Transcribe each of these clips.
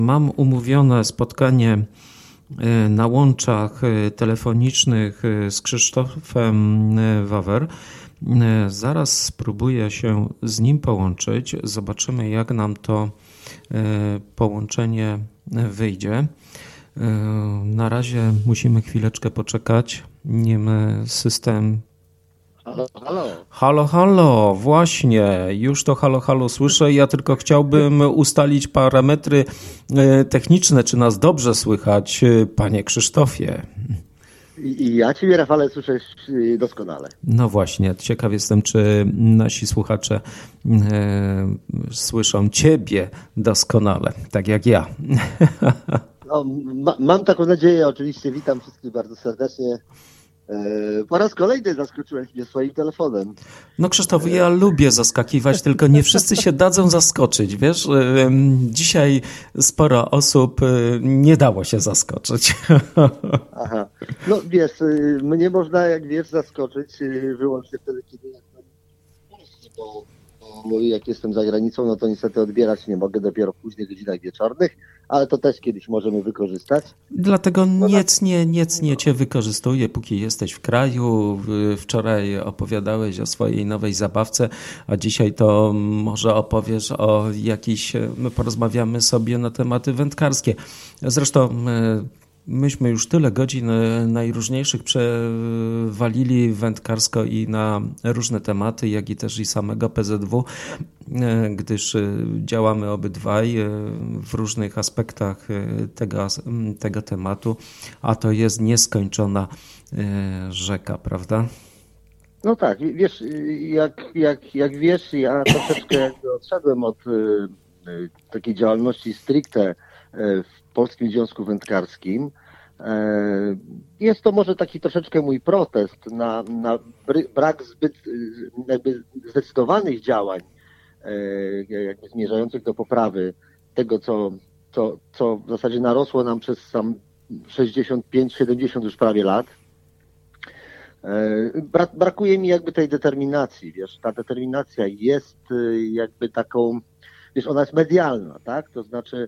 Mam umówione spotkanie na łączach telefonicznych z Krzysztofem Wawer. Zaraz spróbuję się z nim połączyć. Zobaczymy, jak nam to połączenie wyjdzie. Na razie musimy chwileczkę poczekać, nim system... Halo, właśnie, już to halo słyszę. Ja tylko chciałbym ustalić parametry techniczne, czy nas dobrze słychać, panie Krzysztofie. I ja ciebie, Rafale, słyszę doskonale. No właśnie, ciekaw jestem, czy nasi słuchacze słyszą ciebie doskonale, tak jak ja. No, mam taką nadzieję, oczywiście witam wszystkich bardzo serdecznie. Po raz kolejny zaskoczyłeś mnie swoim telefonem. No Krzysztof, ja lubię zaskakiwać, tylko nie wszyscy się dadzą zaskoczyć, wiesz? Dzisiaj sporo osób nie dało się zaskoczyć. Aha, no wiesz, mnie można, jak wiesz, zaskoczyć wyłącznie wtedy, kiedy jestem w Polsce, bo jak jestem za granicą, no to niestety odbierać nie mogę dopiero w późnych godzinach wieczornych, ale to też kiedyś możemy wykorzystać. Dlatego niecnie cię wykorzystuję, póki jesteś w kraju. Wczoraj opowiadałeś o swojej nowej zabawce, a dzisiaj to może opowiesz o jakiś, my porozmawiamy sobie na tematy wędkarskie. Zresztą myśmy już tyle godzin najróżniejszych przewalili wędkarsko i na różne tematy, jak i też i samego PZW, gdyż działamy obydwaj w różnych aspektach tego tematu, a to jest nieskończona rzeka, prawda? No tak, wiesz, jak wiesz, ja troszeczkę odszedłem od takiej działalności stricte w Polskim Związku Wędkarskim. Jest to może taki troszeczkę mój protest na brak zbyt jakby zdecydowanych działań jakby zmierzających do poprawy tego, co w zasadzie narosło nam przez sam 65-70 już prawie lat. Brakuje mi jakby tej determinacji, wiesz, ta determinacja jest jakby taką, wiesz, ona jest medialna, tak, to znaczy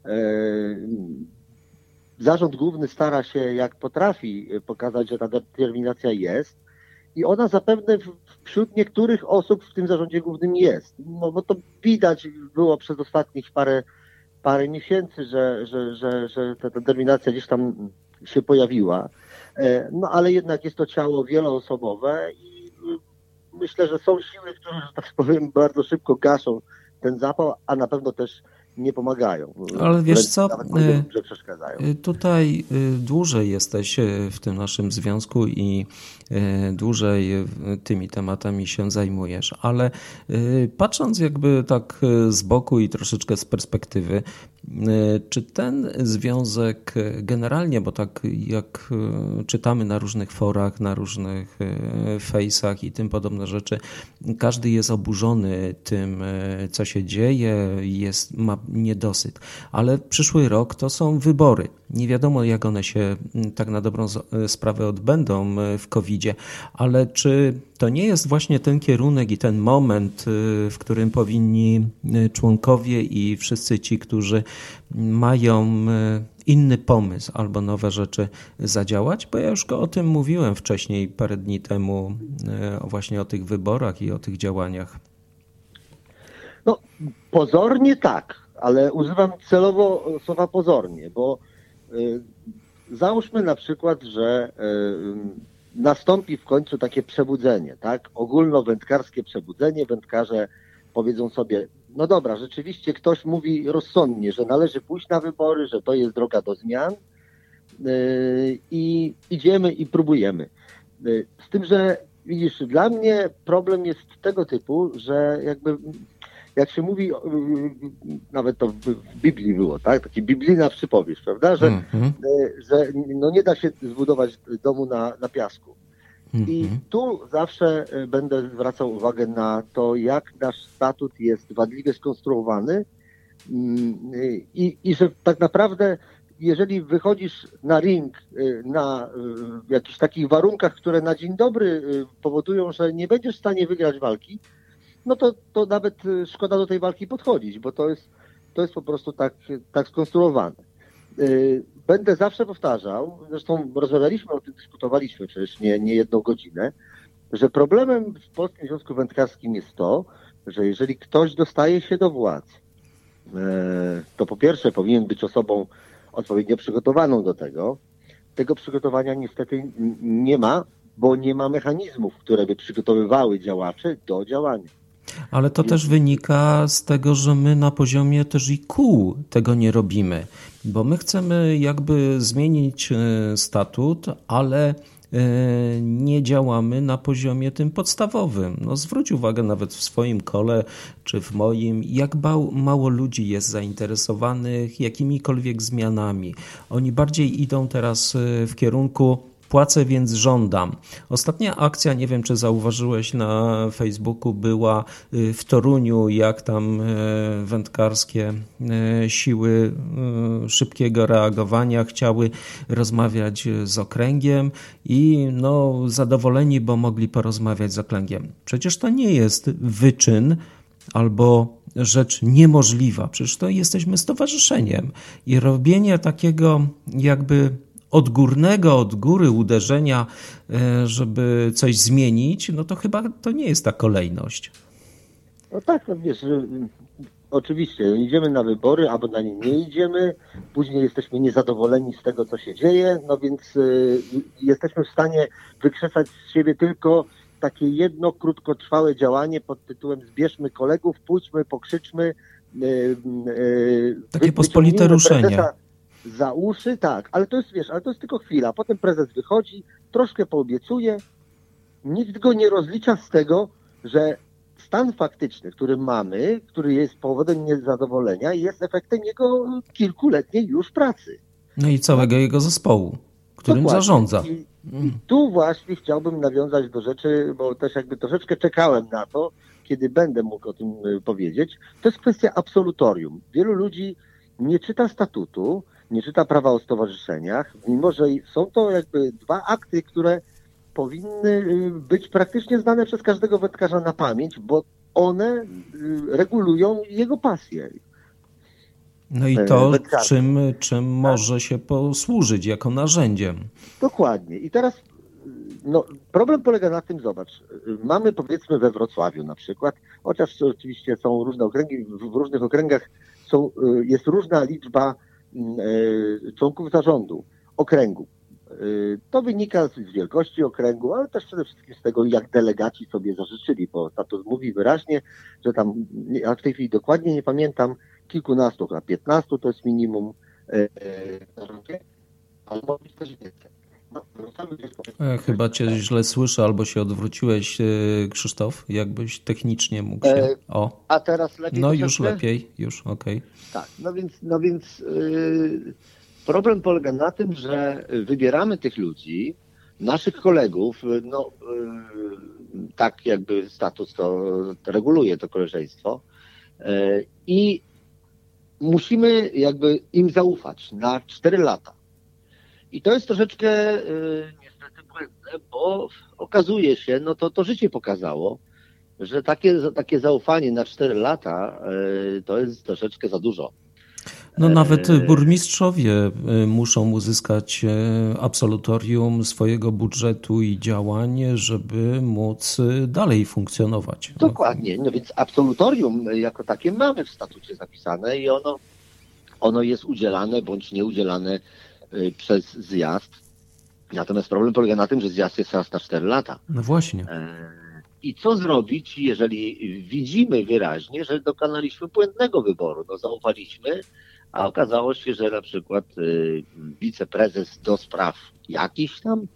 Zarząd Główny stara się jak potrafi pokazać, że ta determinacja jest i ona zapewne wśród niektórych osób w tym Zarządzie Głównym jest. No bo to widać było przez ostatnich parę miesięcy, że ta determinacja gdzieś tam się pojawiła. No ale jednak jest to ciało wieloosobowe i myślę, że są siły, które, że tak powiem, bardzo szybko gaszą ten zapał, a na pewno też nie pomagają. Ale wiesz co, że przeszkadzają. Tutaj dłużej jesteś w tym naszym związku i dłużej tymi tematami się zajmujesz, ale patrząc jakby tak z boku i troszeczkę z perspektywy, czy ten związek generalnie, bo tak jak czytamy na różnych forach, na różnych fejsach i tym podobne rzeczy, każdy jest oburzony tym, co się dzieje, ma niedosyt. Ale przyszły rok to są wybory. Nie wiadomo, jak one się tak na dobrą sprawę odbędą w COVID-zie, ale czy to nie jest właśnie ten kierunek i ten moment, w którym powinni członkowie i wszyscy ci, którzy mają inny pomysł albo nowe rzeczy zadziałać? Bo ja już o tym mówiłem wcześniej, parę dni temu, właśnie o tych wyborach i o tych działaniach. No, pozornie tak, ale używam celowo słowa pozornie, bo załóżmy na przykład, że nastąpi w końcu takie przebudzenie, tak? Ogólnowędkarskie przebudzenie. Wędkarze powiedzą sobie, no dobra, rzeczywiście ktoś mówi rozsądnie, że należy pójść na wybory, że to jest droga do zmian i idziemy i próbujemy. Z tym, że widzisz, dla mnie problem jest tego typu, że jakby jak się mówi, nawet to w Biblii było, tak? Taki biblijna przypowieść, prawda? Że no nie da się zbudować domu na piasku. I tu zawsze będę zwracał uwagę na to, jak nasz statut jest wadliwie skonstruowany i że tak naprawdę jeżeli wychodzisz na ring na jakichś takich warunkach, które na dzień dobry powodują, że nie będziesz w stanie wygrać walki, no to nawet szkoda do tej walki podchodzić, bo to to jest po prostu tak skonstruowane. Będę zawsze powtarzał, zresztą rozmawialiśmy o tym, dyskutowaliśmy przecież nie jedną godzinę, że problemem w Polskim Związku Wędkarskim jest to, że jeżeli ktoś dostaje się do władzy, to po pierwsze powinien być osobą odpowiednio przygotowaną do tego. Tego przygotowania niestety nie ma, bo nie ma mechanizmów, które by przygotowywały działaczy do działania. Ale to też wynika z tego, że my na poziomie też i kół tego nie robimy, bo my chcemy jakby zmienić statut, ale nie działamy na poziomie tym podstawowym. No zwróć uwagę nawet w swoim kole czy w moim, jak mało ludzi jest zainteresowanych jakimikolwiek zmianami. Oni bardziej idą teraz w kierunku płacę, więc żądam. Ostatnia akcja, nie wiem czy zauważyłeś na Facebooku, była w Toruniu, jak tam wędkarskie siły szybkiego reagowania chciały rozmawiać z okręgiem i no zadowoleni, bo mogli porozmawiać z okręgiem. Przecież to nie jest wyczyn albo rzecz niemożliwa. Przecież to jesteśmy stowarzyszeniem i robienie takiego jakby odgórnego, od góry uderzenia, żeby coś zmienić, no to chyba to nie jest ta kolejność. No tak, no wiesz, oczywiście idziemy na wybory, albo na nie nie idziemy, później jesteśmy niezadowoleni z tego, co się dzieje, no więc jesteśmy w stanie wykrzesać z siebie tylko takie jedno krótkotrwałe działanie pod tytułem zbierzmy kolegów, pójdźmy, pokrzyczmy. Takie pospolite ruszenie. Za uszy, tak, ale to jest, wiesz, ale to jest tylko chwila. Potem prezes wychodzi, troszkę poobiecuje, nikt go nie rozlicza z tego, że stan faktyczny, który mamy, który jest powodem niezadowolenia, jest efektem jego kilkuletniej już pracy. No i całego jego zespołu, którym Dokładnie. zarządza. I tu właśnie chciałbym nawiązać do rzeczy, bo też jakby troszeczkę czekałem na to, kiedy będę mógł o tym powiedzieć. To jest kwestia absolutorium. Wielu ludzi nie czyta statutu, nie czyta prawa o stowarzyszeniach, mimo że są to jakby dwa akty, które powinny być praktycznie znane przez każdego wędkarza na pamięć, bo one regulują jego pasję. No i to, czym może się posłużyć jako narzędziem. Dokładnie. I teraz problem polega na tym, zobacz, mamy powiedzmy we Wrocławiu na przykład, chociaż oczywiście są różne okręgi, w różnych okręgach jest różna liczba członków zarządu okręgu. To wynika z wielkości okręgu, ale też przede wszystkim z tego, jak delegaci sobie zażyczyli, bo statut mówi wyraźnie, że tam, ja w tej chwili dokładnie nie pamiętam, kilkunastu, a 15 to jest minimum zarządzie, ale może być też więcej. Chyba cię źle słyszę, albo się odwróciłeś, Krzysztof, jakbyś technicznie mógł się... O. A teraz lepiej? No już lepiej, już okej. Tak, no więc problem polega na tym, że wybieramy tych ludzi, naszych kolegów, tak jakby status to reguluje, to koleżeństwo, i musimy jakby im zaufać na 4 lata. I to jest troszeczkę niestety błędne, bo okazuje się, to życie pokazało, że takie zaufanie na 4 lata to jest troszeczkę za dużo. No nawet burmistrzowie muszą uzyskać absolutorium swojego budżetu i działań, żeby móc dalej funkcjonować. Dokładnie, no więc absolutorium jako takie mamy w statucie zapisane i ono jest udzielane bądź nieudzielane przez zjazd. Natomiast problem polega na tym, że zjazd jest raz na 4 lata. No właśnie. I co zrobić, jeżeli widzimy wyraźnie, że dokonaliśmy błędnego wyboru? Zaufaliśmy, a okazało się, że na przykład wiceprezes do spraw jakichś tam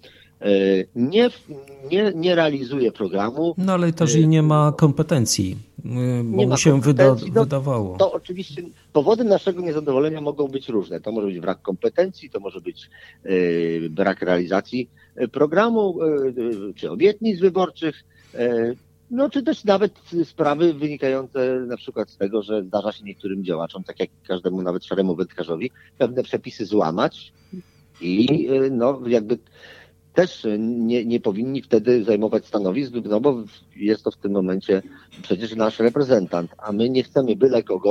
nie realizuje programu. No ale też i nie ma kompetencji, bo mu się wydawało. To oczywiście powody naszego niezadowolenia mogą być różne. To może być brak kompetencji, to może być brak realizacji programu, czy obietnic wyborczych, czy też nawet sprawy wynikające na przykład z tego, że zdarza się niektórym działaczom, tak jak każdemu nawet szaremu wędkarzowi, pewne przepisy złamać i jakby też nie powinni wtedy zajmować stanowisk, bo jest to w tym momencie przecież nasz reprezentant, a my nie chcemy byle kogo,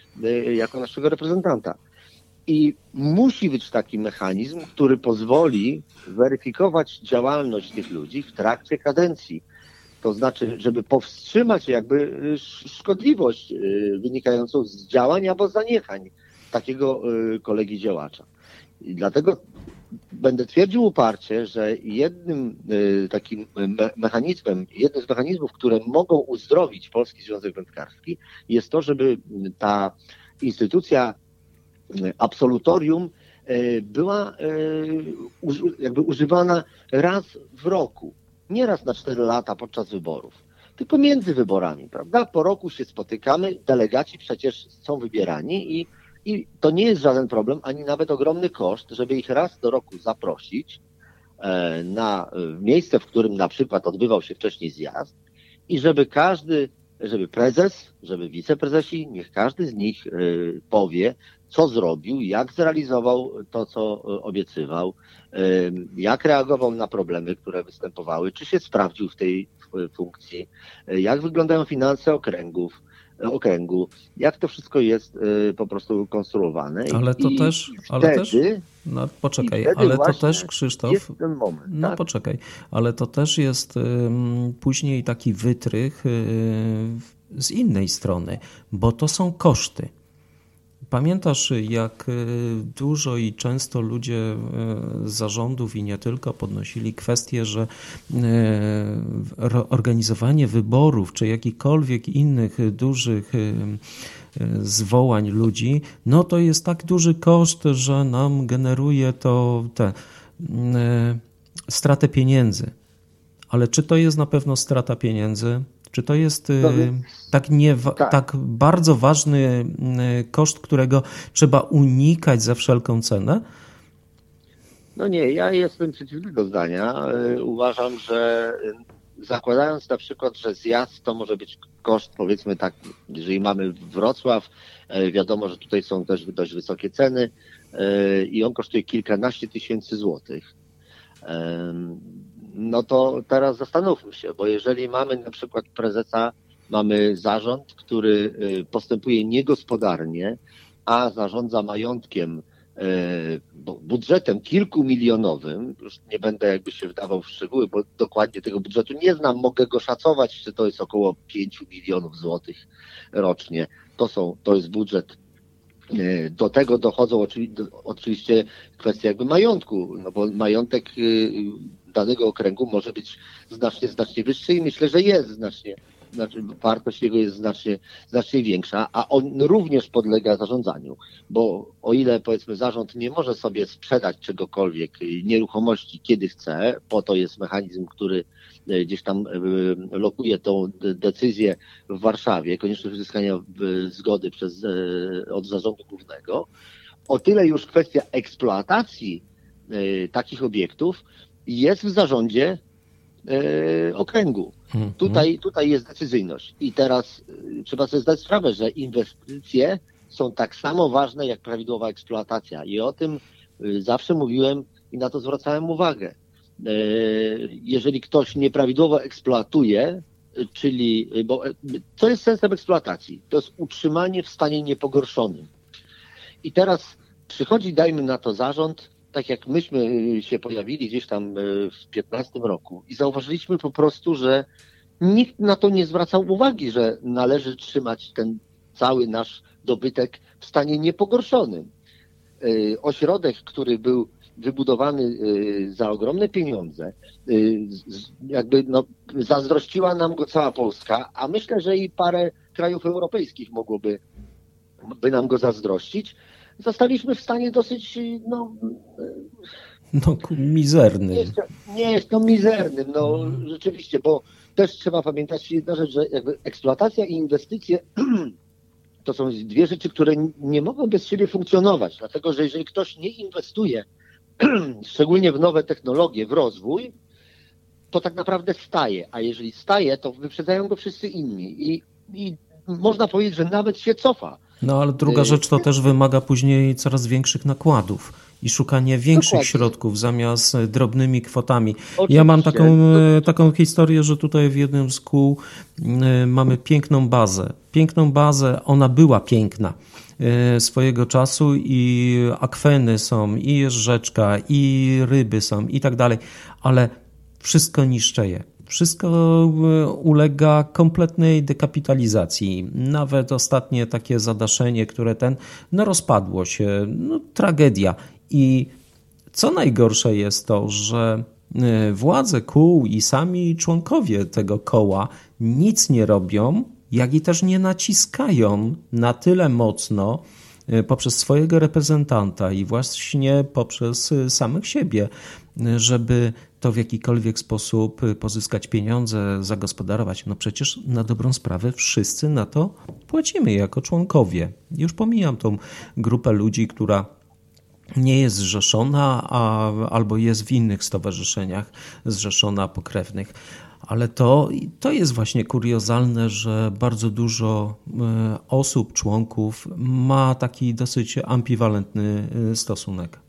jako naszego reprezentanta. I musi być taki mechanizm, który pozwoli weryfikować działalność tych ludzi w trakcie kadencji. To znaczy, żeby powstrzymać jakby szkodliwość wynikającą z działań albo zaniechań takiego kolegi działacza. I dlatego będę twierdził uparcie, że jednym takim mechanizmem, jednym z mechanizmów, które mogą uzdrowić Polski Związek Wędkarski, jest to, żeby ta instytucja absolutorium była jakby używana raz w roku, nie raz na 4 lata podczas wyborów, tylko między wyborami, prawda? Po roku się spotykamy, delegaci przecież są wybierani i to nie jest żaden problem, ani nawet ogromny koszt, żeby ich raz do roku zaprosić na miejsce, w którym na przykład odbywał się wcześniej zjazd i żeby prezes, żeby wiceprezesi, niech każdy z nich powie, co zrobił, jak zrealizował to, co obiecywał, jak reagował na problemy, które występowały, czy się sprawdził w tej funkcji, jak wyglądają finanse okręgu, jak to wszystko jest po prostu konstruowane. Ale to też, no poczekaj, ale to też, Krzysztof, jest ten moment. No tak? Poczekaj, ale to też jest później taki wytrych z innej strony, bo to są koszty. Pamiętasz, jak dużo i często ludzie z zarządów i nie tylko podnosili kwestię, że organizowanie wyborów czy jakichkolwiek innych dużych zwołań ludzi, no to jest tak duży koszt, że nam generuje to stratę pieniędzy. Ale czy to jest na pewno strata pieniędzy? Czy to jest tak bardzo ważny koszt, którego trzeba unikać za wszelką cenę? No nie, ja jestem przeciwnego zdania. Uważam, że zakładając na przykład, że zjazd to może być koszt, powiedzmy tak, jeżeli mamy Wrocław, wiadomo, że tutaj są też dość wysokie ceny i on kosztuje kilkanaście tysięcy złotych. No to teraz zastanówmy się, bo jeżeli mamy na przykład prezesa, mamy zarząd, który postępuje niegospodarnie, a zarządza majątkiem, budżetem kilkumilionowym, już nie będę jakby się wdawał w szczegóły, bo dokładnie tego budżetu nie znam, mogę go szacować, czy to jest około 5 milionów złotych rocznie. To jest budżet. Do tego dochodzą oczywiście kwestie jakby majątku, no bo majątek danego okręgu może być znacznie wyższy i myślę, że jest wartość jego jest znacznie większa, a on również podlega zarządzaniu, bo o ile powiedzmy zarząd nie może sobie sprzedać czegokolwiek, nieruchomości kiedy chce, po to jest mechanizm, który gdzieś tam lokuje tą decyzję w Warszawie, konieczność uzyskania zgody od zarządu głównego, o tyle już kwestia eksploatacji takich obiektów jest w zarządzie okręgu. Tutaj jest decyzyjność. I teraz trzeba sobie zdać sprawę, że inwestycje są tak samo ważne jak prawidłowa eksploatacja. I o tym zawsze mówiłem i na to zwracałem uwagę. Jeżeli ktoś nieprawidłowo eksploatuje, czyli, bo co jest sensem eksploatacji? To jest utrzymanie w stanie niepogorszonym. I teraz przychodzi, dajmy na to zarząd, tak jak myśmy się pojawili gdzieś tam w 2015 roku i zauważyliśmy po prostu, że nikt na to nie zwracał uwagi, że należy trzymać ten cały nasz dobytek w stanie niepogorszonym. Ośrodek, który był wybudowany za ogromne pieniądze, jakby zazdrościła nam go cała Polska, a myślę, że i parę krajów europejskich mogłoby nam go zazdrościć. Zostaliśmy w stanie dosyć, mizernym. Nie jest to mizernym, rzeczywiście, bo też trzeba pamiętać jedna rzecz, że jakby eksploatacja i inwestycje to są dwie rzeczy, które nie mogą bez siebie funkcjonować, dlatego że jeżeli ktoś nie inwestuje, szczególnie w nowe technologie, w rozwój, to tak naprawdę staje, a jeżeli staje, to wyprzedzają go wszyscy inni i można powiedzieć, że nawet się cofa. No ale druga rzecz to też wymaga później coraz większych nakładów. i szukanie większych Dokładnie. środków zamiast drobnymi kwotami. Oczywiście. Ja mam taką historię, że tutaj w jednym z kół mamy piękną bazę. Piękną bazę, ona była piękna swojego czasu i akweny są, i jest rzeczka, i ryby są i tak dalej, ale wszystko niszczeje. Wszystko ulega kompletnej dekapitalizacji. Nawet ostatnie takie zadaszenie, które rozpadło się. Tragedia. I co najgorsze jest to, że władze kół i sami członkowie tego koła nic nie robią, jak i też nie naciskają na tyle mocno poprzez swojego reprezentanta i właśnie poprzez samych siebie, żeby to w jakikolwiek sposób pozyskać pieniądze, zagospodarować. No przecież na dobrą sprawę wszyscy na to płacimy jako członkowie. Już pomijam tą grupę ludzi, która nie jest zrzeszona, albo jest w innych stowarzyszeniach zrzeszona pokrewnych. Ale to jest właśnie kuriozalne, że bardzo dużo osób, członków ma taki dosyć ambiwalentny stosunek.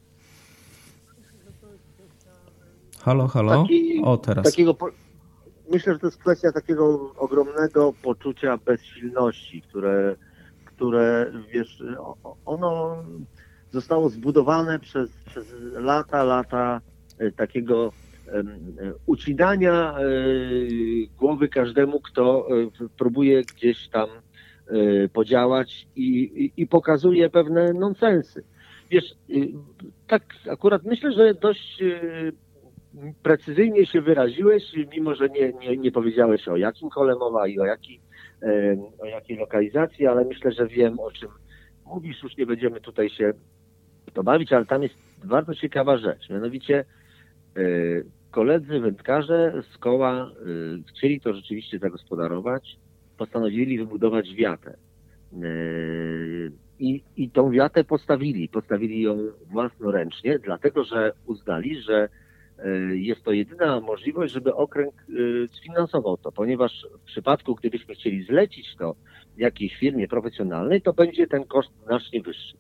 Halo? Teraz. Myślę, że to jest kwestia takiego ogromnego poczucia bezsilności, które wiesz, ono zostało zbudowane przez lata takiego ucinania głowy każdemu, kto próbuje gdzieś tam podziałać i pokazuje pewne nonsensy. Wiesz, tak akurat myślę, że dość precyzyjnie się wyraziłeś, mimo że nie powiedziałeś, o jakim kole mowa i o jakiej lokalizacji, ale myślę, że wiem, o czym mówisz. Już nie będziemy tutaj się to bawić, ale tam jest bardzo ciekawa rzecz. Mianowicie koledzy wędkarze z koła chcieli to rzeczywiście zagospodarować, postanowili wybudować wiatę. I tą wiatę postawili ją własnoręcznie, dlatego że uznali, że jest to jedyna możliwość, żeby okręg sfinansował to, ponieważ w przypadku, gdybyśmy chcieli zlecić to jakiejś firmie profesjonalnej, to będzie ten koszt znacznie wyższy.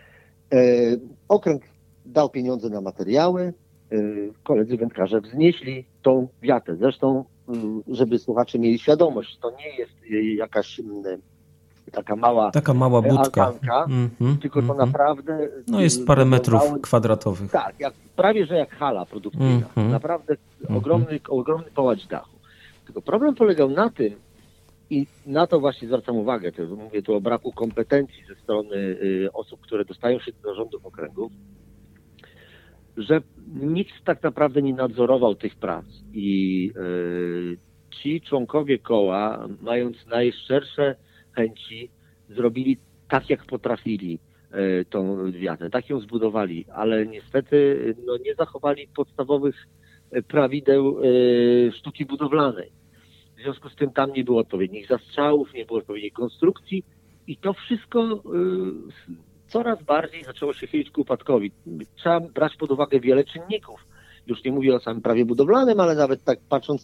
Okręg dał pieniądze na materiały, koledzy wędkarze wznieśli tą wiatę. Zresztą, żeby słuchacze mieli świadomość, to nie jest jakaś taka mała budka, altanka, tylko to naprawdę... No jest parę metrów kwadratowych. Tak, prawie że jak hala produkcyjna. Naprawdę ogromny połacz dachu. Tylko problem polegał na tym, i na to właśnie zwracam uwagę, mówię tu o braku kompetencji ze strony osób, które dostają się do zarządów okręgów, że nikt tak naprawdę nie nadzorował tych prac i ci członkowie koła, mając najszczersze chęci, zrobili tak, jak potrafili tą wiatę, tak ją zbudowali, ale niestety nie zachowali podstawowych prawideł sztuki budowlanej. W związku z tym tam nie było odpowiednich zastrzałów, nie było odpowiedniej konstrukcji i to wszystko coraz bardziej zaczęło się chylić ku upadkowi. Trzeba brać pod uwagę wiele czynników. Już nie mówię o samym prawie budowlanym, ale nawet tak patrząc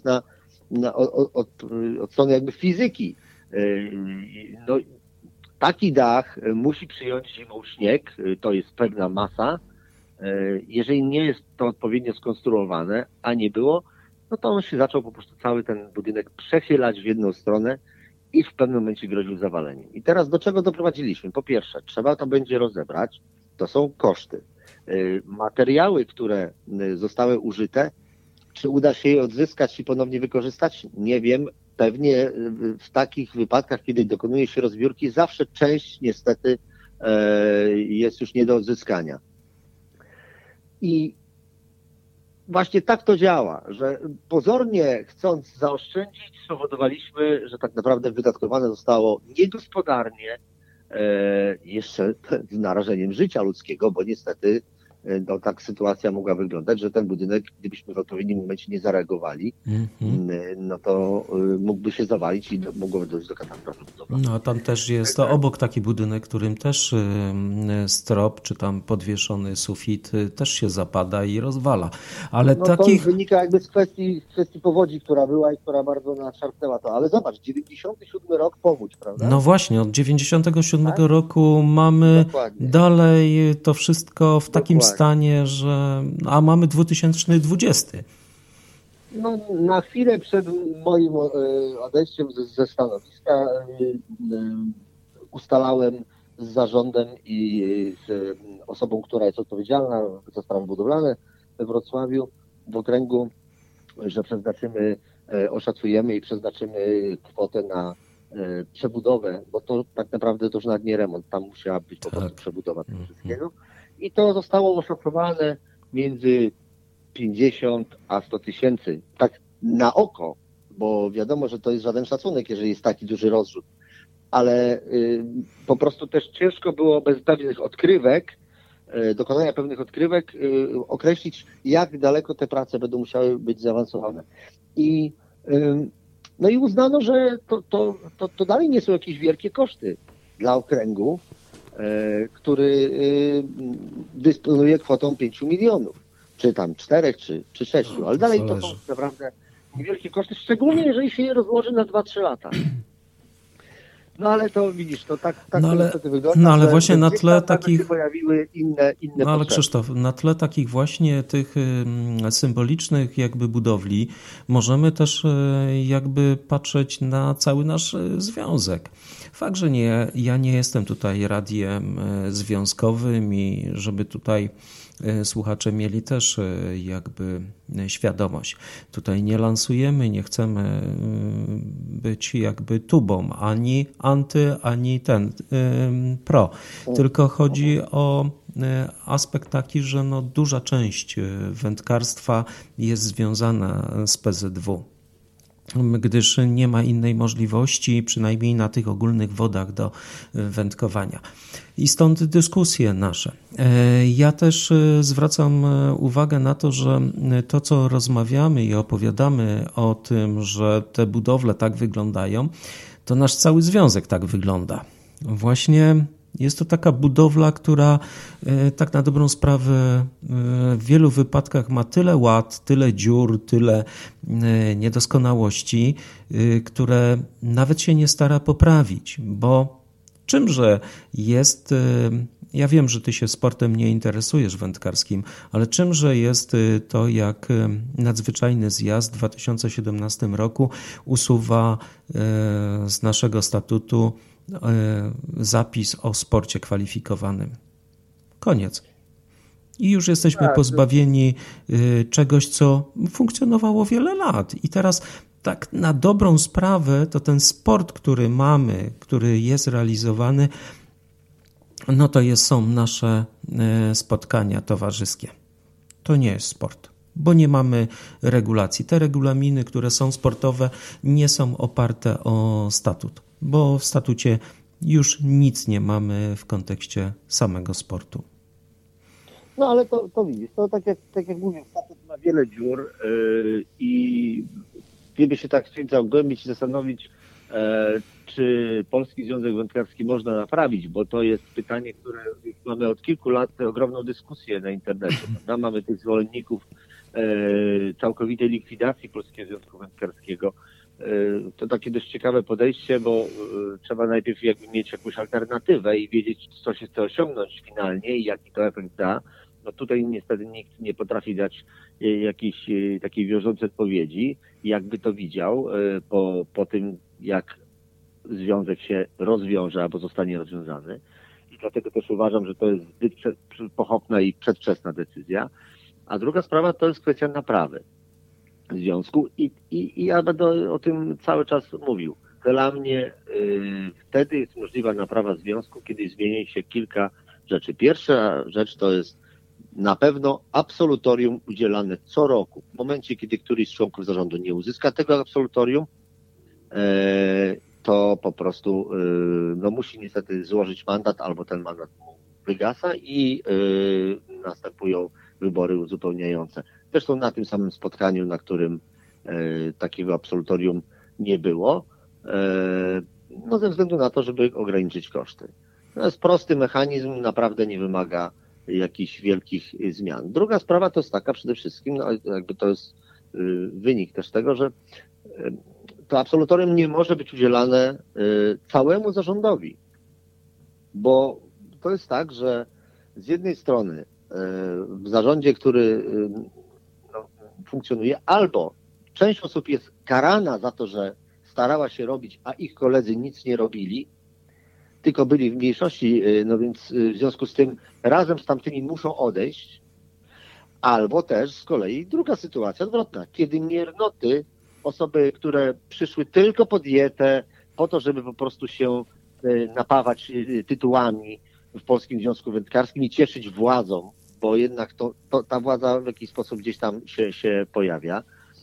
od strony jakby fizyki. Taki dach musi przyjąć zimą śnieg, to jest pewna masa. Jeżeli nie jest to odpowiednio skonstruowane, a nie było, no to on się zaczął po prostu cały ten budynek przechylać w jedną stronę i w pewnym momencie groził zawaleniem. I teraz do czego doprowadziliśmy? Po pierwsze, trzeba to będzie rozebrać, to są koszty. Materiały, które zostały użyte, czy uda się je odzyskać i ponownie wykorzystać? Nie wiem. Pewnie w takich wypadkach, kiedy dokonuje się rozbiórki, zawsze część niestety jest już nie do odzyskania. I właśnie tak to działa, że pozornie chcąc zaoszczędzić, spowodowaliśmy, że tak naprawdę wydatkowane zostało niegospodarnie, jeszcze z narażeniem życia ludzkiego, bo niestety tak sytuacja mogła wyglądać, że ten budynek, gdybyśmy w odpowiednim momencie nie zareagowali, no to mógłby się zawalić i mogłoby dojść do katastrofy budowlanej. No a tam też jest obok taki budynek, którym też strop, czy tam podwieszony sufit też się zapada i rozwala. Ale to wynika jakby z kwestii powodzi, która była i która bardzo nas szarpnęła to. Ale zobacz, 97 rok powódź, prawda? No właśnie, od 97 roku mamy dalej to wszystko w takim stanie. stanie, że... A mamy 2020. No, na chwilę przed moim odejściem ze stanowiska ustalałem z zarządem i z osobą, która jest odpowiedzialna za sprawy budowlane we Wrocławiu, w okręgu, że oszacujemy i przeznaczymy kwotę na przebudowę, bo to tak naprawdę to już nawet nie remont, tam musiała być po prostu przebudowa tego wszystkiego. I to zostało oszacowane między 50 a 100 tysięcy, tak na oko, bo wiadomo, że to jest żaden szacunek, jeżeli jest taki duży rozrzut, ale po prostu też ciężko było bez pewnych odkrywek, dokonania pewnych odkrywek, określić, jak daleko te prace będą musiały być zaawansowane. No i uznano, że to dalej nie są jakieś wielkie koszty dla okręgu, który dysponuje kwotą 5 milionów, czy tam 4, czy 6, ale dalej to są naprawdę niewielkie koszty, szczególnie jeżeli się je rozłoży na 2-3 lata. No ale to widzisz, to tak no ale, niestety wygląda. No ale właśnie na tle takich... się pojawiły inne No ale Krzysztof, na tle takich właśnie tych symbolicznych jakby budowli możemy też jakby patrzeć na cały nasz związek. Fakt, że ja nie jestem tutaj radiem związkowym i żeby tutaj słuchacze mieli też jakby świadomość. Tutaj nie lansujemy, nie chcemy być jakby tubą, ani anty, ani pro. Tylko chodzi o aspekt taki, że no duża część wędkarstwa jest związana z PZW. Gdyż nie ma innej możliwości, przynajmniej na tych ogólnych wodach, do wędkowania. I stąd dyskusje nasze. Ja też zwracam uwagę na to, że to, co rozmawiamy i opowiadamy o tym, że te budowle tak wyglądają, to nasz cały związek tak wygląda. Właśnie jest to taka budowla, która tak na dobrą sprawę w wielu wypadkach ma tyle łat, tyle dziur, tyle niedoskonałości, które nawet się nie stara poprawić, bo czymże jest, ja wiem, że ty się sportem nie interesujesz wędkarskim, ale czymże jest to, jak nadzwyczajny zjazd w 2017 roku usuwa z naszego statutu zapis o sporcie kwalifikowanym. Koniec. I już jesteśmy pozbawieni czegoś, co funkcjonowało wiele lat. I teraz tak na dobrą sprawę to ten sport, który mamy, który jest realizowany, no to są nasze spotkania towarzyskie. To nie jest sport, bo nie mamy regulacji. Te regulaminy, które są sportowe, nie są oparte o statut, bo w statucie już nic nie mamy w kontekście samego sportu. No ale to widzisz, to tak jak mówię, statut ma wiele dziur i gdyby się tak chcieć zagłębić i zastanowić, czy Polski Związek Wędkarski można naprawić, bo to jest pytanie, które mamy od kilku lat ogromną dyskusję na internecie. Prawda? Mamy tych zwolenników całkowitej likwidacji Polskiego Związku Wędkarskiego. To takie dość ciekawe podejście, bo trzeba najpierw jakby mieć jakąś alternatywę i wiedzieć, co się chce osiągnąć finalnie i jaki to efekt da. No tutaj niestety nikt nie potrafi dać jakiejś takiej wiążącej odpowiedzi, jakby to widział po tym, jak związek się rozwiąże albo zostanie rozwiązany. I dlatego też uważam, że to jest zbyt pochopna i przedwczesna decyzja. A druga sprawa to jest kwestia naprawy związku i ja będę o tym cały czas mówił. Dla mnie wtedy jest możliwa naprawa związku, kiedy zmieni się kilka rzeczy. Pierwsza rzecz to jest na pewno absolutorium udzielane co roku. W momencie, kiedy któryś z członków zarządu nie uzyska tego absolutorium, to po prostu musi niestety złożyć mandat, albo ten mandat mu wygasa i następują wybory uzupełniające. Zresztą na tym samym spotkaniu, na którym takiego absolutorium nie było, ze względu na to, żeby ograniczyć koszty. To jest prosty mechanizm, naprawdę nie wymaga jakichś wielkich zmian. Druga sprawa to jest taka przede wszystkim, jakby to jest wynik też tego, że to absolutorium nie może być udzielane całemu zarządowi, bo to jest tak, że z jednej strony w zarządzie, który funkcjonuje, albo część osób jest karana za to, że starała się robić, a ich koledzy nic nie robili, tylko byli w mniejszości, no więc w związku z tym razem z tamtymi muszą odejść, albo też z kolei druga sytuacja odwrotna, kiedy miernoty, osoby, które przyszły tylko po dietę, po to, żeby po prostu się napawać tytułami w Polskim Związku Wędkarskim i cieszyć władzą, bo jednak ta władza w jakiś sposób gdzieś tam się pojawia,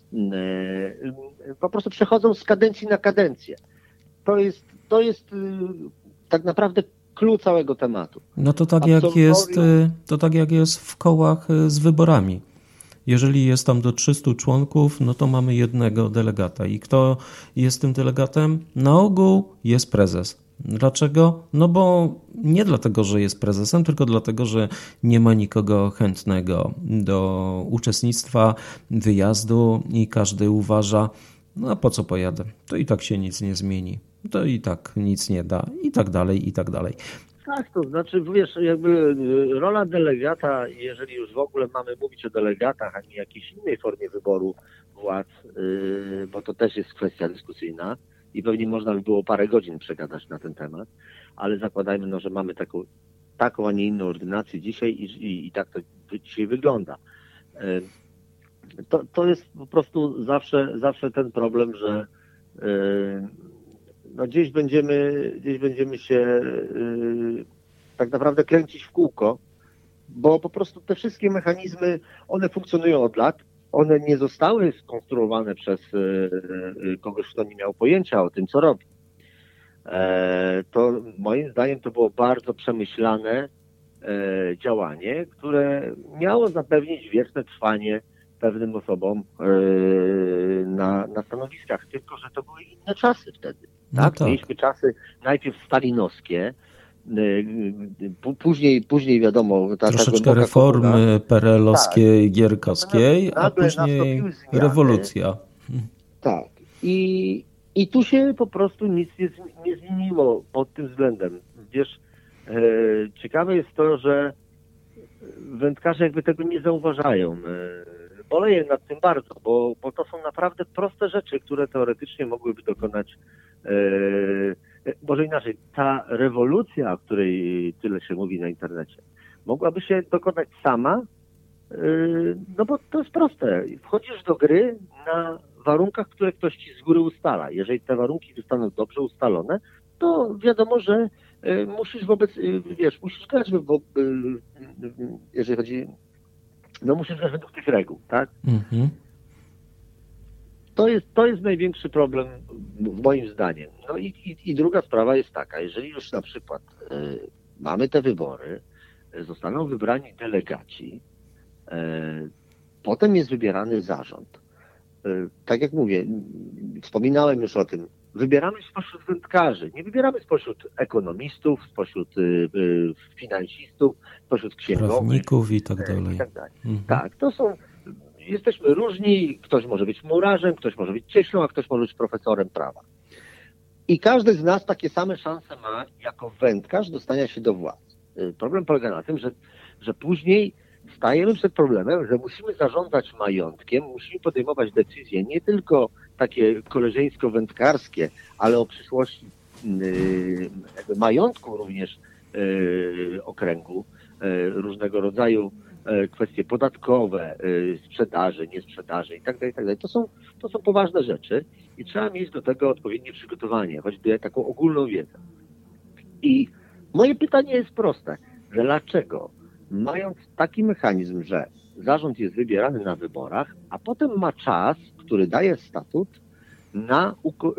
po prostu przechodzą z kadencji na kadencję. To jest tak naprawdę clue całego tematu. No to tak jak jest w kołach z wyborami. Jeżeli jest tam do 300 członków, no to mamy jednego delegata. I kto jest tym delegatem? Na ogół jest prezes. Dlaczego? No bo nie dlatego, że jest prezesem, tylko dlatego, że nie ma nikogo chętnego do uczestnictwa, wyjazdu i każdy uważa, no a po co pojadę? To i tak się nic nie zmieni. To i tak nic nie da. I tak dalej, i tak dalej. Tak, to znaczy, wiesz, jakby rola delegata, jeżeli już w ogóle mamy mówić o delegatach, a nie jakiejś innej formie wyboru władz, bo to też jest kwestia dyskusyjna i pewnie można by było parę godzin przegadać na ten temat, ale zakładajmy, no, że mamy taką, a nie inną ordynację dzisiaj i tak to dzisiaj wygląda. To jest po prostu zawsze ten problem, że no gdzieś będziemy się tak naprawdę kręcić w kółko, bo po prostu te wszystkie mechanizmy, one funkcjonują od lat, one nie zostały skonstruowane przez kogoś, kto nie miał pojęcia o tym, co robi. To moim zdaniem to było bardzo przemyślane działanie, które miało zapewnić wieczne trwanie pewnym osobom na stanowiskach, tylko że to były inne czasy wtedy. Tak? No tak. Mieliśmy czasy najpierw stalinowskie, później wiadomo... Troszeczkę reformy PRL-owskiej, tak, gierkowskiej, a później rewolucja. Tak. I tu się po prostu nic nie zmieniło pod tym względem. Wiesz, ciekawe jest to, że wędkarze jakby tego nie zauważają. Boleję nad tym bardzo, bo to są naprawdę proste rzeczy, które teoretycznie mogłyby dokonać, może inaczej, ta rewolucja, o której tyle się mówi na internecie, mogłaby się dokonać sama, no bo to jest proste. Wchodzisz do gry na warunkach, które ktoś ci z góry ustala. Jeżeli te warunki zostaną dobrze ustalone, to wiadomo, że musisz musisz grać, jeżeli chodzi... No musisz grać według tych reguł, tak? Mhm. To jest największy problem moim zdaniem. No i druga sprawa jest taka, jeżeli już na przykład mamy te wybory, zostaną wybrani delegaci, potem jest wybierany zarząd. Tak jak mówię, wspominałem już o tym, wybieramy spośród wędkarzy, nie wybieramy spośród ekonomistów, spośród finansistów, spośród księgowych. Prawników i tak dalej. Mhm. Tak, jesteśmy różni, ktoś może być murarzem, ktoś może być cieślą, a ktoś może być profesorem prawa. I każdy z nas takie same szanse ma jako wędkarz dostania się do władz. Problem polega na tym, że później stajemy przed problemem, że musimy zarządzać majątkiem, musimy podejmować decyzje nie tylko takie koleżeńsko-wędkarskie, ale o przyszłości majątku również okręgu, różnego rodzaju kwestie podatkowe, sprzedaży, niesprzedaży itd. To są poważne rzeczy i trzeba mieć do tego odpowiednie przygotowanie, choćby taką ogólną wiedzę. I moje pytanie jest proste. Dlaczego, mając taki mechanizm, że zarząd jest wybierany na wyborach, a potem ma czas, który daje statut na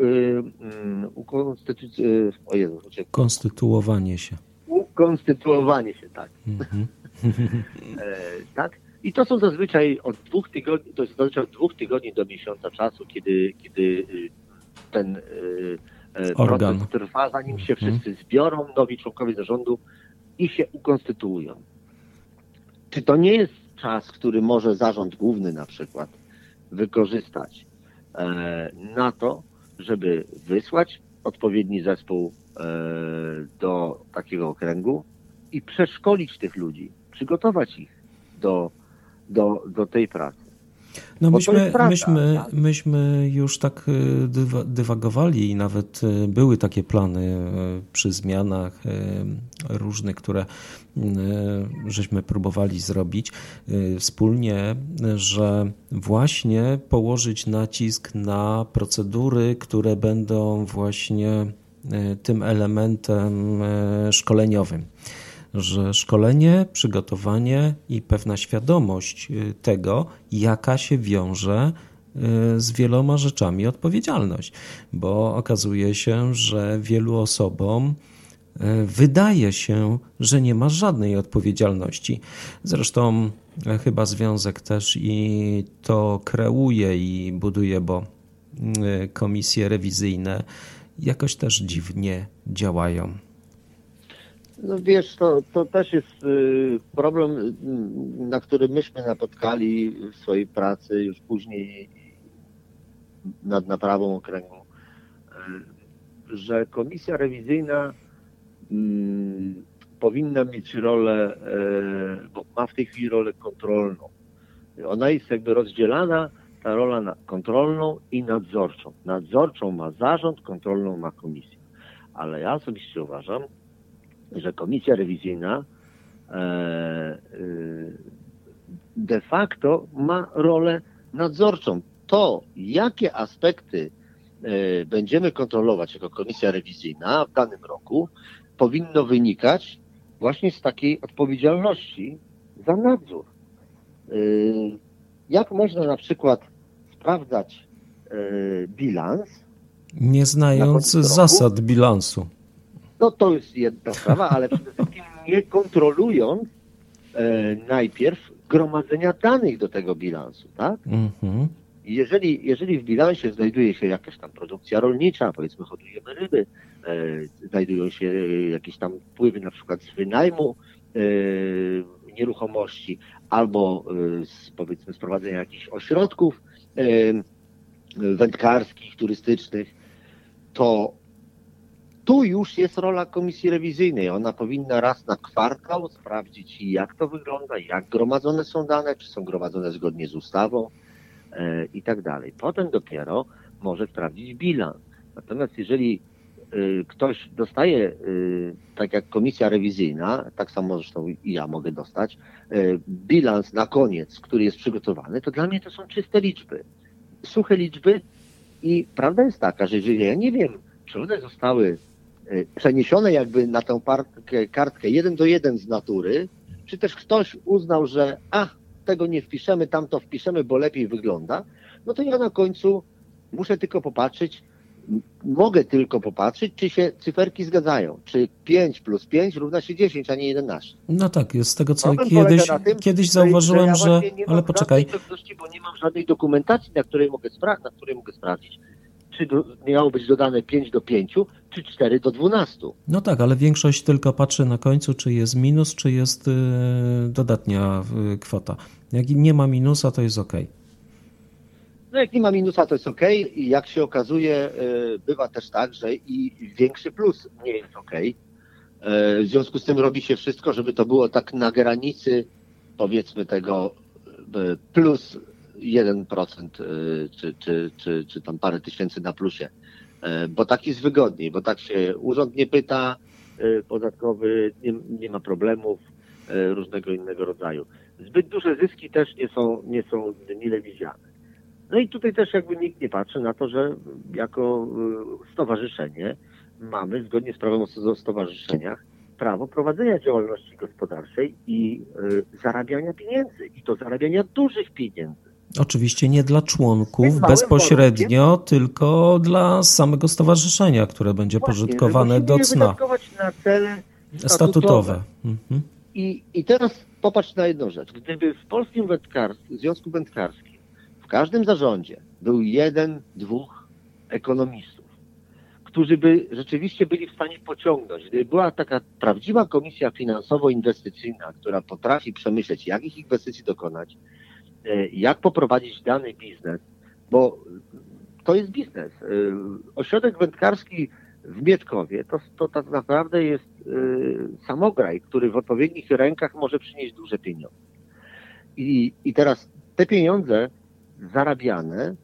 konstytuowanie się. Ukonstytuowanie się, tak. Mhm. Tak? I to są zazwyczaj od 2 tygodni do miesiąca czasu, kiedy ten organ proces trwa, zanim się wszyscy zbiorą, nowi członkowie zarządu i się ukonstytuują. Czy to nie jest czas, który może zarząd główny na przykład wykorzystać na to, żeby wysłać odpowiedni zespół do takiego okręgu i przeszkolić tych ludzi, przygotować ich do tej pracy. No myśmy już tak dywagowali i nawet były takie plany przy zmianach różnych, które żeśmy próbowali zrobić wspólnie, że właśnie położyć nacisk na procedury, które będą właśnie tym elementem szkoleniowym. Że szkolenie, przygotowanie i pewna świadomość tego, jaka się wiąże z wieloma rzeczami odpowiedzialność, bo okazuje się, że wielu osobom wydaje się, że nie ma żadnej odpowiedzialności. Zresztą chyba związek też i to kreuje i buduje, bo komisje rewizyjne jakoś też dziwnie działają. No wiesz, to też jest problem, na który myśmy napotkali w swojej pracy już później nad naprawą okręgu, że komisja rewizyjna powinna mieć rolę, bo ma w tej chwili rolę kontrolną. Ona jest jakby rozdzielana, ta rola na kontrolną i nadzorczą. Nadzorczą ma zarząd, kontrolną ma komisja. Ale ja osobiście uważam, że komisja rewizyjna de facto ma rolę nadzorczą. To, jakie aspekty będziemy kontrolować jako komisja rewizyjna w danym roku, powinno wynikać właśnie z takiej odpowiedzialności za nadzór. Jak można na przykład sprawdzać bilans, nie znając zasad bilansu? No to jest jedna sprawa, ale przede wszystkim nie kontrolując najpierw gromadzenia danych do tego bilansu, tak? Mhm. Jeżeli w bilansie znajduje się jakaś tam produkcja rolnicza, powiedzmy hodujemy ryby, znajdują się jakieś tam wpływy na przykład z wynajmu nieruchomości albo powiedzmy z prowadzenia jakichś ośrodków wędkarskich, turystycznych, to tu już jest rola komisji rewizyjnej. Ona powinna raz na kwartał sprawdzić, jak to wygląda, jak gromadzone są dane, czy są gromadzone zgodnie z ustawą i tak dalej. Potem dopiero może sprawdzić bilans. Natomiast jeżeli ktoś dostaje, tak jak komisja rewizyjna, tak samo zresztą i ja mogę dostać, bilans na koniec, który jest przygotowany, to dla mnie to są czyste liczby, suche liczby i prawda jest taka, że jeżeli ja nie wiem, czy one zostały przeniesione jakby na tę kartkę 1:1 z natury, czy też ktoś uznał, że tego nie wpiszemy, tamto wpiszemy, bo lepiej wygląda, no to ja na końcu mogę tylko popatrzeć, czy się cyferki zgadzają. Czy 5 plus 5 równa się 10, a nie 11. No tak, jest z tego co kiedyś że zauważyłem, że ale poczekaj. Bo nie mam żadnej dokumentacji, na której mogę sprawdzić, czy miało być dodane 5:5, czy 4:12. No tak, ale większość tylko patrzy na końcu, czy jest minus, czy jest dodatnia kwota. Jak nie ma minusa, to jest OK. No jak nie ma minusa, to jest OK i jak się okazuje, bywa też tak, że i większy plus nie jest OK. W związku z tym robi się wszystko, żeby to było tak na granicy, powiedzmy tego plus 1%, czy tam parę tysięcy na plusie, bo tak jest wygodniej, bo tak się urząd nie pyta, podatkowy, nie ma problemów różnego innego rodzaju. Zbyt duże zyski też nie są mile widziane. No i tutaj też jakby nikt nie patrzy na to, że jako stowarzyszenie mamy zgodnie z prawem o stowarzyszeniach prawo prowadzenia działalności gospodarczej i zarabiania pieniędzy. I to zarabiania dużych pieniędzy. Oczywiście nie dla członków bezpośrednio, tylko dla samego stowarzyszenia, które będzie pożytkowane do cna. Wydatkować na cele statutowe. Mhm. I teraz popatrz na jedną rzecz. Gdyby w Polskim Związku Wędkarskim w każdym zarządzie był 1-2 ekonomistów, którzy by rzeczywiście byli w stanie pociągnąć. Gdyby była taka prawdziwa komisja finansowo-inwestycyjna, która potrafi przemyśleć, jakich inwestycji dokonać, jak poprowadzić dany biznes, bo to jest biznes. Ośrodek wędkarski w Mietkowie to tak naprawdę jest samograj, który w odpowiednich rękach może przynieść duże pieniądze. I teraz te pieniądze zarabiane,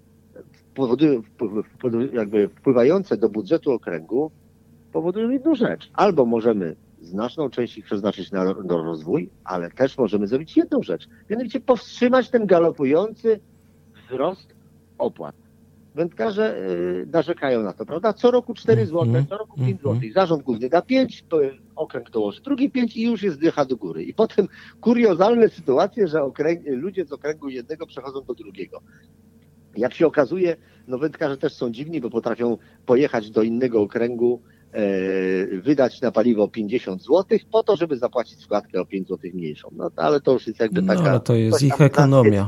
jakby wpływające do budżetu okręgu, powodują jedną rzecz. Albo możemy znaczną część ich przeznaczyć na rozwój, ale też możemy zrobić jedną rzecz. Mianowicie powstrzymać ten galopujący wzrost opłat. Wędkarze narzekają na to, prawda? Co roku 4 zł, co roku 5 zł. Zarząd główny da 5, okręg dołoży drugi 5 i już jest dycha do góry. I potem kuriozalne sytuacje, że ludzie z okręgu jednego przechodzą do drugiego. Jak się okazuje, wędkarze też są dziwni, bo potrafią pojechać do innego okręgu, wydać na paliwo 50 zł po to, żeby zapłacić składkę o 5 zł mniejszą. Ale to już jest jakby taka... ale to jest ich ekonomia.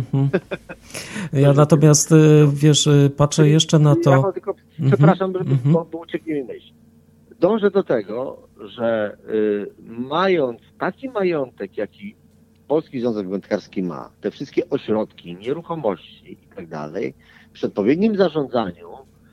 Ja natomiast, wiesz, patrzę jeszcze na to... Ja tylko, przepraszam, bo ucieknie mi myśl. Dążę do tego, że mając taki majątek, jaki Polski Związek Wędkarski ma, te wszystkie ośrodki, nieruchomości i tak dalej, przy odpowiednim zarządzaniu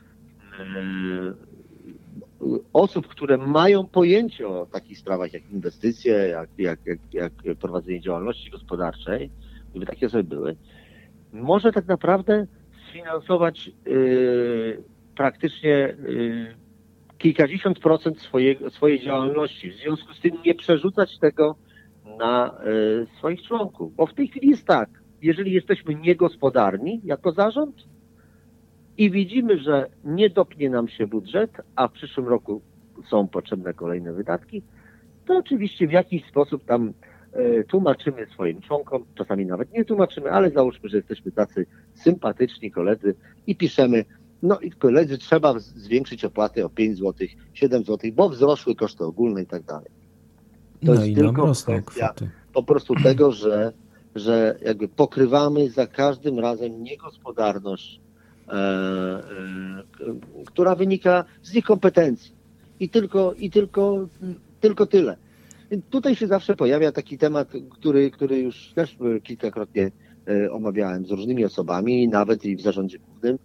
osób, które mają pojęcie o takich sprawach jak inwestycje, jak prowadzenie działalności gospodarczej, gdyby takie osoby były, może tak naprawdę sfinansować praktycznie kilkadziesiąt procent swojej działalności. W związku z tym nie przerzucać tego na swoich członków. Bo w tej chwili jest tak, jeżeli jesteśmy niegospodarni jako zarząd i widzimy, że nie dopnie nam się budżet, a w przyszłym roku są potrzebne kolejne wydatki, to oczywiście w jakiś sposób tam tłumaczymy swoim członkom, czasami nawet nie tłumaczymy, ale załóżmy, że jesteśmy tacy sympatyczni koledzy i piszemy, i koledzy, trzeba zwiększyć opłaty o 5 zł, 7 zł, bo wzrosły koszty ogólne i tak dalej. To jest tylko kwestia po prostu tego, że jakby pokrywamy za każdym razem niegospodarność, która wynika z niekompetencji. I tylko tyle. Tutaj się zawsze pojawia taki temat, który już też kilkakrotnie omawiałem z różnymi osobami, nawet i w zarządzie głównym.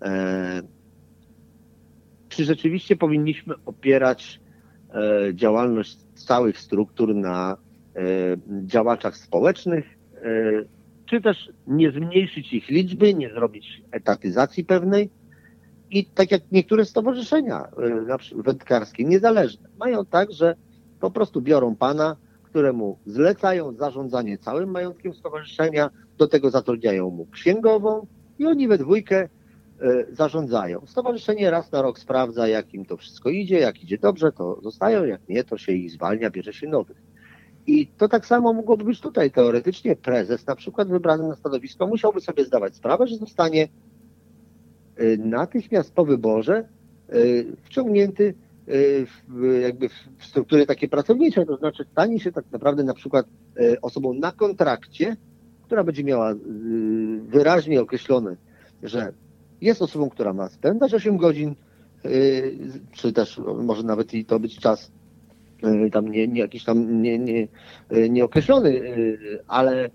Czy rzeczywiście powinniśmy opierać działalność całych struktur na działaczach społecznych, czy też nie zmniejszyć ich liczby, nie zrobić etatyzacji pewnej. I tak jak niektóre stowarzyszenia na przykład wędkarskie, niezależne, mają tak, że po prostu biorą pana, któremu zlecają zarządzanie całym majątkiem stowarzyszenia, do tego zatrudniają mu księgową i oni we dwójkę zarządzają. Stowarzyszenie raz na rok sprawdza, jak im to wszystko idzie, jak idzie dobrze, to zostają, jak nie, to się ich zwalnia, bierze się nowych. I to tak samo mogłoby być tutaj. Teoretycznie prezes, na przykład wybrany na stanowisko, musiałby sobie zdawać sprawę, że zostanie natychmiast po wyborze wciągnięty jakby w struktury takie pracownicze, to znaczy stanie się tak naprawdę na przykład osobą na kontrakcie, która będzie miała wyraźnie określone, że jest osobą, która ma spędzać 8 godzin, czy też może nawet i to być czas tam nie jakiś tam nieokreślony, ale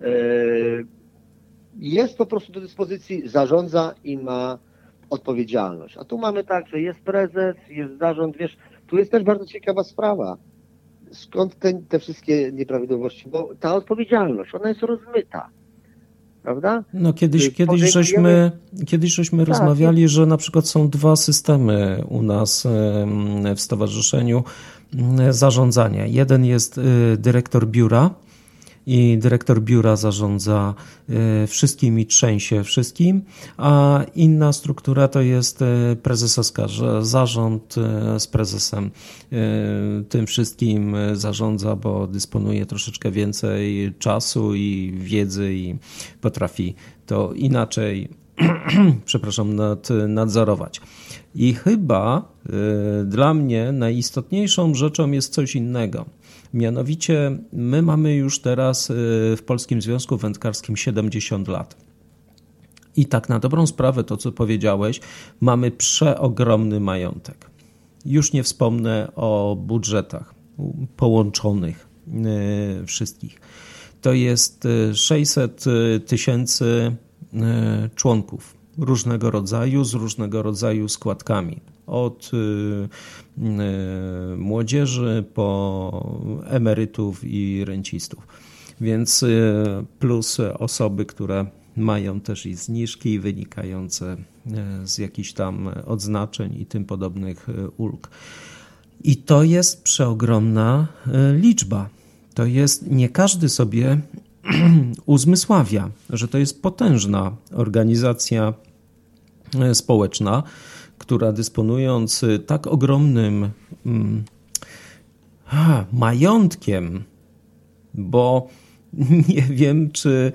jest po prostu do dyspozycji, zarządza i ma odpowiedzialność. A tu mamy tak, że jest prezes, jest zarząd, wiesz, tu jest też bardzo ciekawa sprawa. Skąd te wszystkie nieprawidłowości? Bo ta odpowiedzialność, ona jest rozmyta. Prawda? Kiedyś żeśmy rozmawiali, że na przykład są 2 systemy u nas w stowarzyszeniu zarządzania. Jeden jest dyrektor biura i dyrektor biura zarządza wszystkim i trzęsie wszystkim, a inna struktura to jest prezesowska, że zarząd z prezesem tym wszystkim zarządza, bo dysponuje troszeczkę więcej czasu i wiedzy i potrafi to inaczej nadzorować. I chyba dla mnie najistotniejszą rzeczą jest coś innego. Mianowicie my mamy już teraz w Polskim Związku Wędkarskim 70 lat. I tak na dobrą sprawę to, co powiedziałeś, mamy przeogromny majątek. Już nie wspomnę o budżetach połączonych wszystkich. To jest 600 000 członków różnego rodzaju, z różnego rodzaju składkami. Od młodzieży po emerytów i rencistów. Więc plus osoby, które mają też i zniżki wynikające z jakichś tam odznaczeń i tym podobnych ulg. I to jest przeogromna liczba. To jest, nie każdy sobie uzmysławia, że to jest potężna organizacja społeczna, która dysponując tak ogromnym majątkiem, bo nie wiem, czy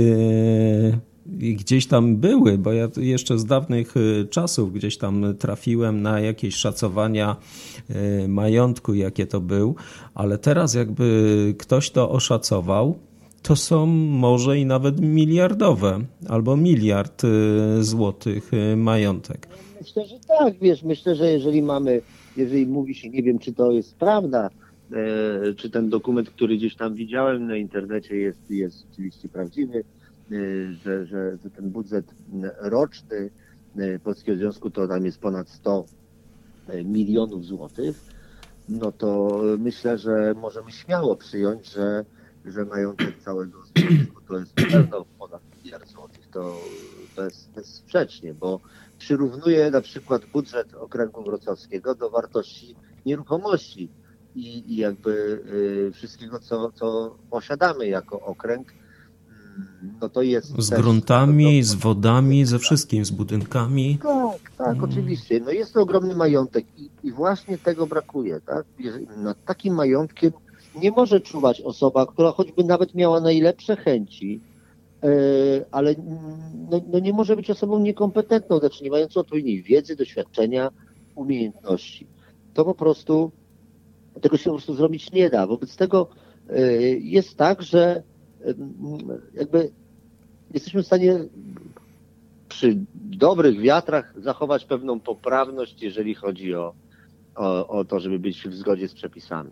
gdzieś tam były, bo ja jeszcze z dawnych czasów gdzieś tam trafiłem na jakieś szacowania majątku, jakie to był, ale teraz jakby ktoś to oszacował, to są może i nawet miliardowe albo miliard złotych majątek. Myślę, że tak, wiesz, myślę, że jeżeli mówi się, nie wiem, czy to jest prawda, czy ten dokument, który gdzieś tam widziałem na internecie jest rzeczywiście prawdziwy, że ten budżet roczny Polskiego Związku to tam jest ponad 100 milionów złotych, no to myślę, że możemy śmiało przyjąć, że majątek całego związku to jest na pewno ponad miliard złotych. To bezsprzecznie, bo przyrównuje na przykład budżet okręgu wrocławskiego do wartości nieruchomości i jakby wszystkiego, co posiadamy jako okręg, no to jest... Z gruntami, z wodami, ze wszystkim, z budynkami. Tak, oczywiście. No jest to ogromny majątek i właśnie tego brakuje, tak? Nad takim majątkiem nie może czuwać osoba, która choćby nawet miała najlepsze chęci, ale no nie może być osobą niekompetentną, znaczy nie mającą odpowiedniej wiedzy, doświadczenia, umiejętności. To po prostu, tego się po prostu zrobić nie da. Wobec tego jest tak, że jakby jesteśmy w stanie przy dobrych wiatrach zachować pewną poprawność, jeżeli chodzi o to, żeby być w zgodzie z przepisami.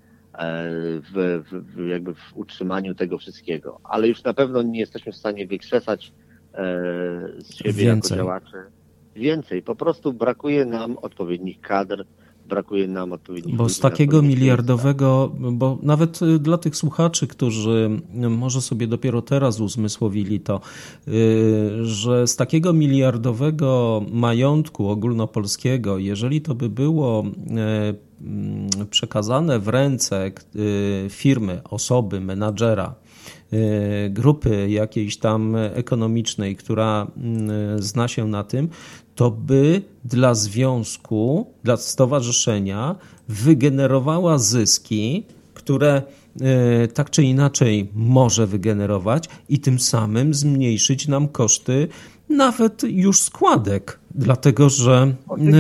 Jakby w utrzymaniu tego wszystkiego. Ale już na pewno nie jesteśmy w stanie wykrzesać z siebie jako działaczy więcej. Po prostu brakuje nam odpowiednich kadr, brakuje nam odpowiednich... Bo z takiego miliardowego, bo nawet dla tych słuchaczy, którzy może sobie dopiero teraz uzmysłowili to, że z takiego miliardowego majątku ogólnopolskiego, jeżeli to by było przekazane w ręce firmy, osoby, menadżera, grupy jakiejś tam ekonomicznej, która zna się na tym, to by dla związku, dla stowarzyszenia wygenerowała zyski, które tak czy inaczej może wygenerować i tym samym zmniejszyć nam koszty nawet już składek, dlatego że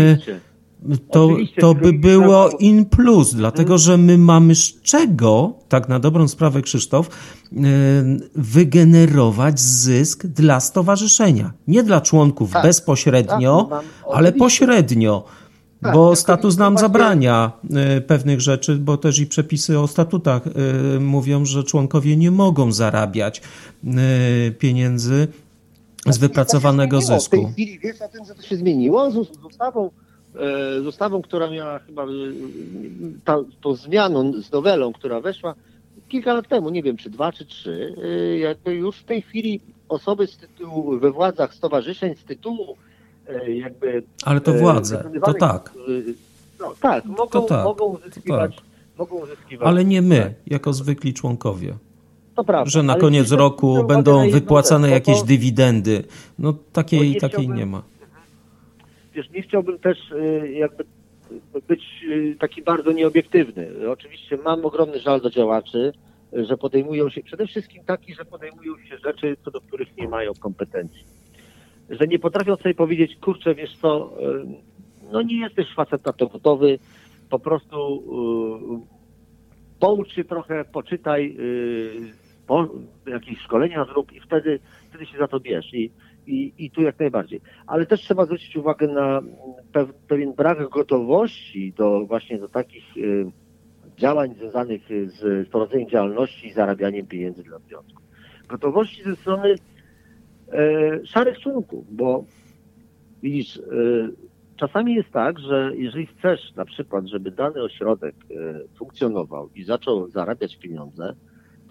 to by było in plus, dlatego że my mamy z czego, tak na dobrą sprawę Krzysztof, wygenerować zysk dla stowarzyszenia. Nie dla członków bezpośrednio, ale pośrednio. Bo status nam zabrania pewnych rzeczy, bo też i przepisy o statutach mówią, że członkowie nie mogą zarabiać pieniędzy z wypracowanego zysku. W tej chwili wiesz o tym, że to się zmieniło z ustawą, która miała chyba tą zmianą z nowelą, która weszła kilka lat temu, nie wiem czy 2 czy 3, jakby już w tej chwili osoby z tytułu we władzach stowarzyszeń z tytułu jakby... Ale to władze, to tak. No tak, mogą uzyskiwać... Ale nie my, jako zwykli członkowie. To prawda. Że na koniec roku będą wypłacane jakieś dywidendy. No takiej nie ma. Wiesz, nie chciałbym też jakby być taki bardzo nieobiektywny. Oczywiście mam ogromny żal do działaczy, że podejmują się, przede wszystkim taki, że podejmują się rzeczy, co do których nie mają kompetencji. Że nie potrafią sobie powiedzieć, kurczę, wiesz co, no nie jesteś facet na to gotowy, po prostu poucz się trochę, poczytaj, jakieś szkolenia zrób i wtedy się za to bierz. I tu jak najbardziej. Ale też trzeba zwrócić uwagę na pewien brak gotowości właśnie do takich działań związanych z prowadzeniem działalności i zarabianiem pieniędzy dla związku. Gotowości ze strony szarych członków, bo widzisz, czasami jest tak, że jeżeli chcesz na przykład, żeby dany ośrodek funkcjonował i zaczął zarabiać pieniądze,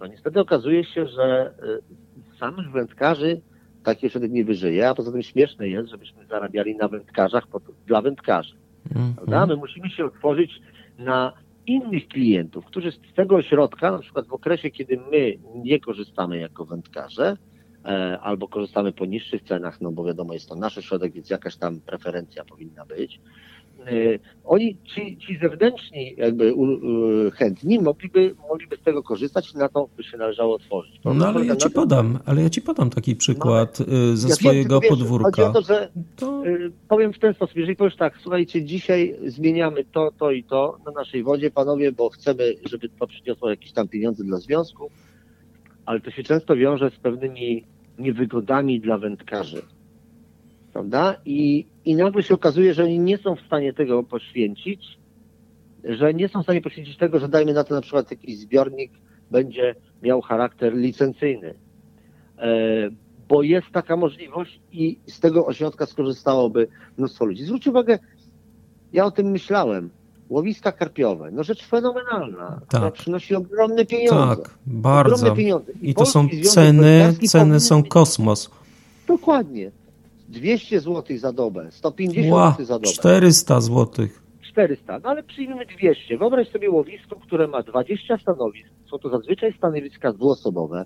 to niestety okazuje się, że samych wędkarzy taki ośrodek nie wyżyje, a poza tym śmieszne jest, żebyśmy zarabiali na wędkarzach dla wędkarzy. Prawda? My musimy się otworzyć na innych klientów, którzy z tego ośrodka, na przykład w okresie, kiedy my nie korzystamy jako wędkarze, albo korzystamy po niższych cenach, no bo wiadomo, jest to nasz ośrodek, więc jakaś tam preferencja powinna być. Oni, ci zewnętrzni jakby chętni mogliby z tego korzystać i na to by się należało otworzyć. No ale ja ci podam taki przykład ze swojego podwórka. Chodzi o to, że powiem w ten sposób, jeżeli powiesz tak, słuchajcie, dzisiaj zmieniamy to i to na naszej wodzie, panowie, bo chcemy, żeby to przyniosło jakieś tam pieniądze dla związku, ale to się często wiąże z pewnymi niewygodami dla wędkarzy. Prawda? I nagle się okazuje, że oni nie są w stanie tego poświęcić, tego, że dajmy na to na przykład jakiś zbiornik będzie miał charakter licencyjny. Bo jest taka możliwość i z tego ośrodka skorzystałoby mnóstwo ludzi. Zwróć uwagę, ja o tym myślałem. Łowiska karpiowe, no rzecz fenomenalna. Tak. Przynosi ogromne pieniądze. Tak, bardzo. Ogromne pieniądze. I to są ceny są kosmos. Dokładnie. 200 zł za dobę, 150 zł za dobę. 400 zł. 400, no ale przyjmijmy 200. Wyobraź sobie łowisko, które ma 20 stanowisk. Są to zazwyczaj stanowiska dwuosobowe.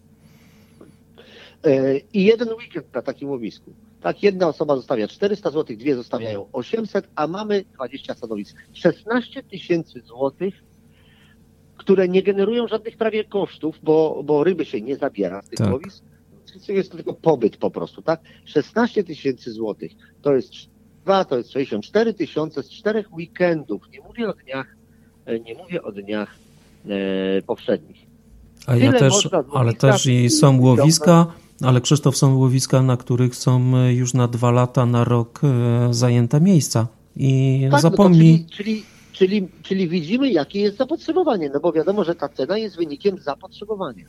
I jeden weekend na takim łowisku. Tak, jedna osoba zostawia 400 zł, dwie zostawiają 800, a mamy 20 stanowisk. 16 000 złotych, które nie generują żadnych prawie kosztów, bo ryby się nie zabiera z tych łowisk. Jest to tylko pobyt po prostu, tak? 16 000 złotych to jest 64 000 z 4 weekendów. Nie mówię o dniach powszednich. Ale też i są łowiska, ale Krzysztof, są łowiska, na których są już na 2 lata, na rok zajęte miejsca. I tak, zapomnij... No czyli widzimy, jakie jest zapotrzebowanie, no bo wiadomo, że ta cena jest wynikiem zapotrzebowania.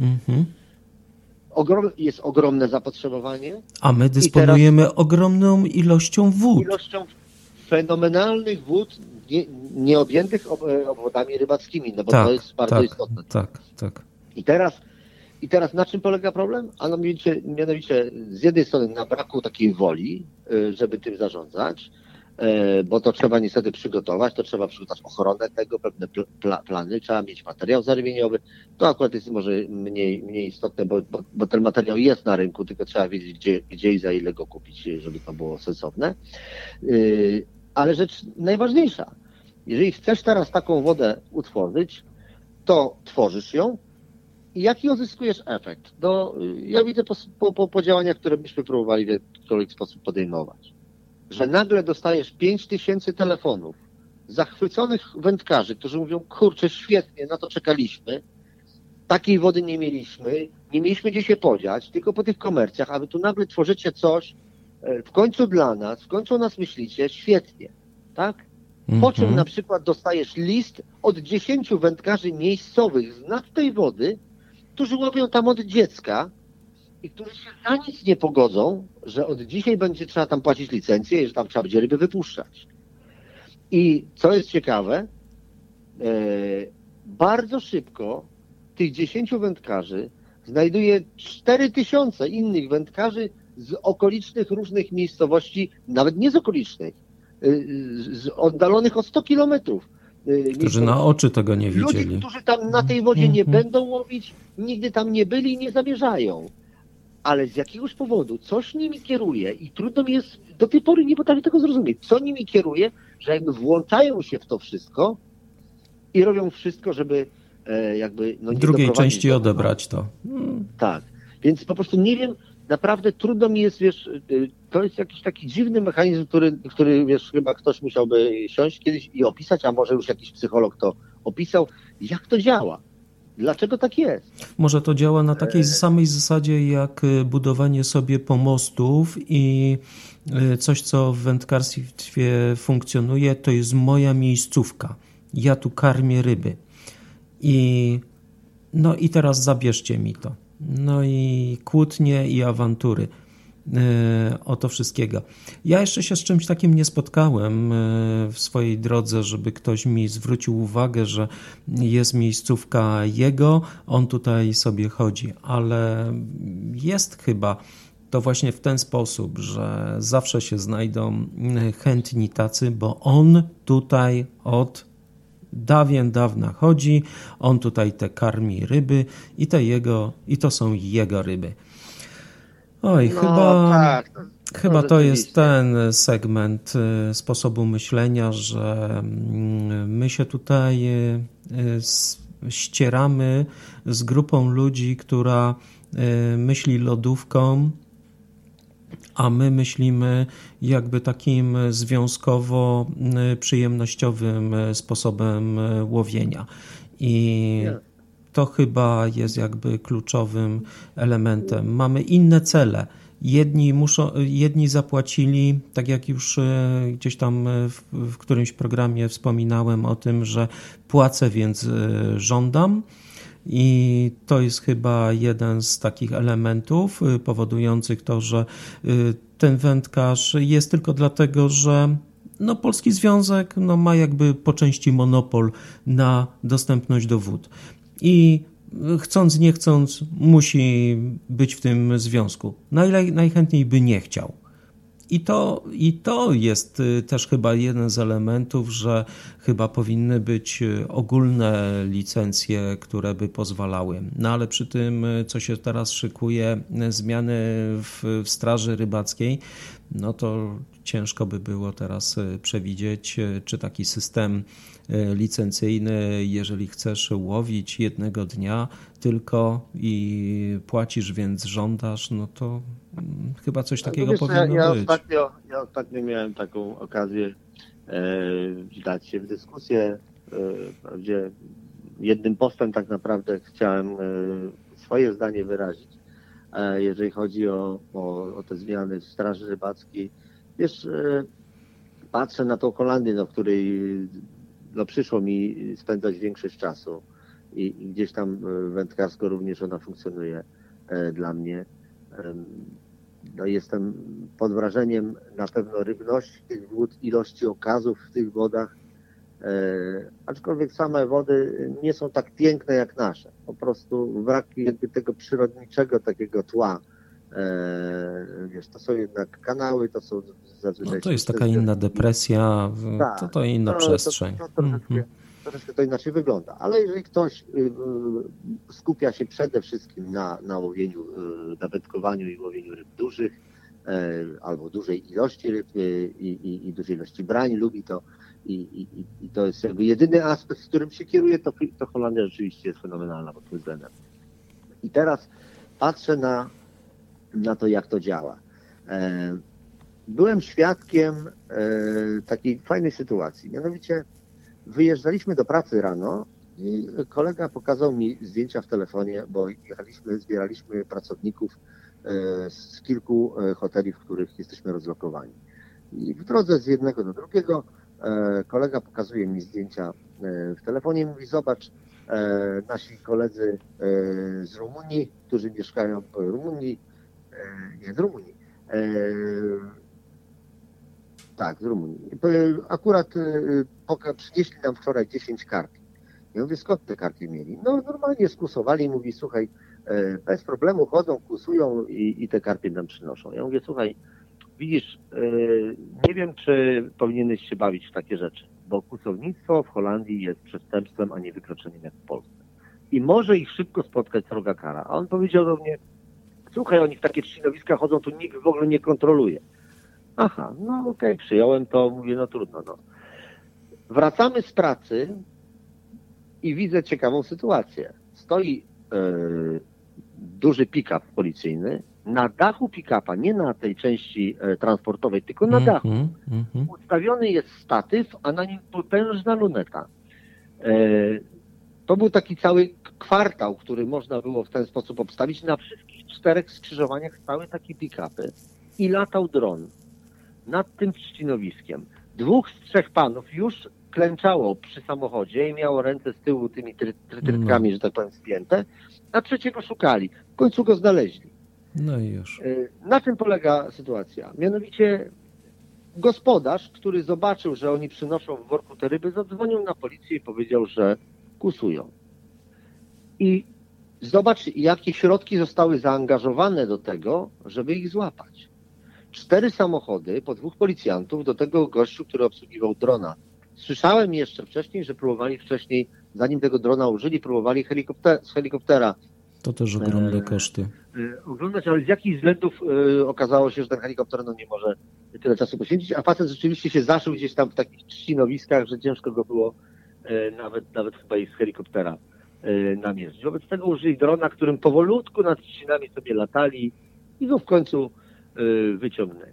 Jest ogromne zapotrzebowanie. A my dysponujemy ogromną ilością wód. Ilością fenomenalnych wód, nieobjętych obwodami rybackimi, no bo to jest bardzo istotne. Tak. I teraz na czym polega problem? A mianowicie z jednej strony na braku takiej woli, żeby tym zarządzać, bo to trzeba niestety przygotować, to trzeba przygotować ochronę tego, pewne plany, trzeba mieć materiał zarybieniowy. To akurat jest może mniej istotne, bo ten materiał jest na rynku, tylko trzeba wiedzieć, gdzie i za ile go kupić, żeby to było sensowne. Ale rzecz najważniejsza, jeżeli chcesz teraz taką wodę utworzyć, to tworzysz ją i jaki uzyskujesz efekt? No, ja widzę po działaniach, które byśmy próbowali w jakikolwiek sposób podejmować, że nagle dostajesz 5000 telefonów zachwyconych wędkarzy, którzy mówią, kurczę, świetnie, na to czekaliśmy, takiej wody nie mieliśmy gdzie się podziać, tylko po tych komercjach, a wy tu nagle tworzycie coś, w końcu dla nas, w końcu o nas myślicie, świetnie, tak? Po czym na przykład dostajesz list od 10 wędkarzy miejscowych z nad tej wody, którzy łowią tam od dziecka i którzy się za nic nie pogodzą, że od dzisiaj będzie trzeba tam płacić licencję i że tam trzeba będzie ryby wypuszczać. I co jest ciekawe, bardzo szybko tych 10 wędkarzy znajduje 4000 innych wędkarzy z okolicznych różnych miejscowości, nawet nie z okolicznych, z oddalonych o 100 kilometrów. Którzy na oczy tego nie widzieli. Ludzi, którzy tam na tej wodzie nie będą łowić, nigdy tam nie byli i nie zamierzają. Ale z jakiegoś powodu coś nimi kieruje i trudno mi jest, do tej pory nie potrafię tego zrozumieć, co nimi kieruje, że jakby włączają się w to wszystko i robią wszystko, żeby jakby... No, nie drugiej części odebrać to. Tak, więc po prostu nie wiem, naprawdę trudno mi jest, wiesz, to jest jakiś taki dziwny mechanizm, który wiesz, chyba ktoś musiałby siąść kiedyś i opisać, a może już jakiś psycholog to opisał, jak to działa. Dlaczego tak jest? Może to działa na takiej samej zasadzie jak budowanie sobie pomostów i coś, co w wędkarstwie funkcjonuje, to jest moja miejscówka. Ja tu karmię ryby. No i teraz zabierzcie mi to. No i kłótnie i awantury. to wszystkiego. Ja jeszcze się z czymś takim nie spotkałem w swojej drodze, żeby ktoś mi zwrócił uwagę, że jest miejscówka jego, on tutaj sobie chodzi, ale jest chyba to właśnie w ten sposób, że zawsze się znajdą chętni tacy, bo on tutaj od dawien dawna chodzi, on tutaj te karmi ryby i to są jego ryby. Oj, No chyba, tak, chyba to jest rzeczywiście. ten segment sposobu myślenia, że my się tutaj ścieramy z grupą ludzi, która myśli lodówką, a my myślimy jakby takim związkowo przyjemnościowym sposobem łowienia. I to chyba jest jakby kluczowym elementem. Mamy inne cele. Jedni zapłacili, tak jak już gdzieś tam w którymś programie wspominałem o tym, że płacę, więc żądam. I to jest chyba jeden z takich elementów powodujących to, że ten wędkarz jest tylko dlatego, że Polski Związek ma jakby po części monopol na dostępność do wód. I chcąc, nie chcąc, musi być w tym związku. Najchętniej by nie chciał. I to jest też chyba jeden z elementów, że chyba powinny być ogólne licencje, które by pozwalały. No ale przy tym, co się teraz szykuje, zmiany w Straży Rybackiej, no to ciężko by było teraz przewidzieć, czy taki system licencyjny, jeżeli chcesz łowić jednego dnia tylko i płacisz, więc żądasz, no to chyba coś takiego powinno być. Ja ostatnio miałem taką okazję wdać się w dyskusję, gdzie jednym postem tak naprawdę chciałem swoje zdanie wyrazić, jeżeli chodzi o te zmiany w Straży Rybackiej. Wiesz, patrzę na tą Holandię, w której przyszło mi spędzać większość czasu i gdzieś tam wędkarsko również ona funkcjonuje dla mnie. Jestem pod wrażeniem na pewno rybności tych wód, ilości okazów w tych wodach, aczkolwiek same wody nie są tak piękne jak nasze. Po prostu brak jakby tego przyrodniczego takiego tła. Wiesz, to są jednak kanały, to są zazwyczaj... To jest taka inna depresja, to inna przestrzeń. Troszeczkę to inaczej wygląda, ale jeżeli ktoś skupia się przede wszystkim na łowieniu, na wędkowaniu i łowieniu ryb dużych, albo dużej ilości ryb i dużej ilości brań, lubi to i to jest jakby jedyny aspekt, z którym się kieruje, to Holandia rzeczywiście jest fenomenalna pod tym względem. I teraz patrzę na to, jak to działa. Byłem świadkiem takiej fajnej sytuacji, mianowicie wyjeżdżaliśmy do pracy rano i kolega pokazał mi zdjęcia w telefonie, bo zbieraliśmy pracowników z kilku hoteli, w których jesteśmy rozlokowani. I w drodze z jednego do drugiego kolega pokazuje mi zdjęcia w telefonie i mówi: zobacz, nasi koledzy z Rumunii, którzy mieszkają w Rumunii, z Rumunii. Tak, z Rumunii. Akurat przynieśli nam wczoraj 10 karpi. Ja mówię, skąd te karpie mieli? No normalnie skusowali, mówi, słuchaj, bez problemu chodzą, kusują i te karpie nam przynoszą. Ja mówię, słuchaj, widzisz, nie wiem, czy powinieneś się bawić w takie rzeczy, bo kusownictwo w Holandii jest przestępstwem, a nie wykroczeniem jak w Polsce. I może ich szybko spotkać sroga kara. A on powiedział do mnie, słuchaj, oni w takie trzcinowiska chodzą, tu nikt w ogóle nie kontroluje. Aha, no okej, przyjąłem to, mówię, no trudno, no. Wracamy z pracy i widzę ciekawą sytuację. Stoi duży pick-up policyjny, na dachu pick-upa, nie na tej części transportowej, tylko na dachu. Ustawiony jest statyw, a na nim potężna luneta. To był taki cały kwartał, który można było w ten sposób obstawić. Na wszystkich 4 skrzyżowaniach stały takie pick-upy i latał dron nad tym trzcinowiskiem. 2 z 3 panów już klęczało przy samochodzie i miało ręce z tyłu tymi trytytkami, że tak powiem, spięte, a trzeciego szukali. W końcu go znaleźli. No i już. Na czym polega sytuacja? Mianowicie gospodarz, który zobaczył, że oni przynoszą w worku te ryby, zadzwonił na policję i powiedział, że kusują. I zobacz, jakie środki zostały zaangażowane do tego, żeby ich złapać. 4 samochody po 2 policjantów, do tego gościu, który obsługiwał drona. Słyszałem jeszcze wcześniej, że próbowali wcześniej, zanim tego drona użyli, próbowali z helikoptera. To też ogromne koszty. Oglądać, ale z jakich względów okazało się, że ten helikopter nie może tyle czasu poświęcić, a facet rzeczywiście się zaszył gdzieś tam w takich trzcinowiskach, że ciężko go było nawet chyba i z helikoptera namierzyć. Wobec tego użyli drona, którym powolutku nad trzcinami sobie latali i go w końcu wyciągnęli.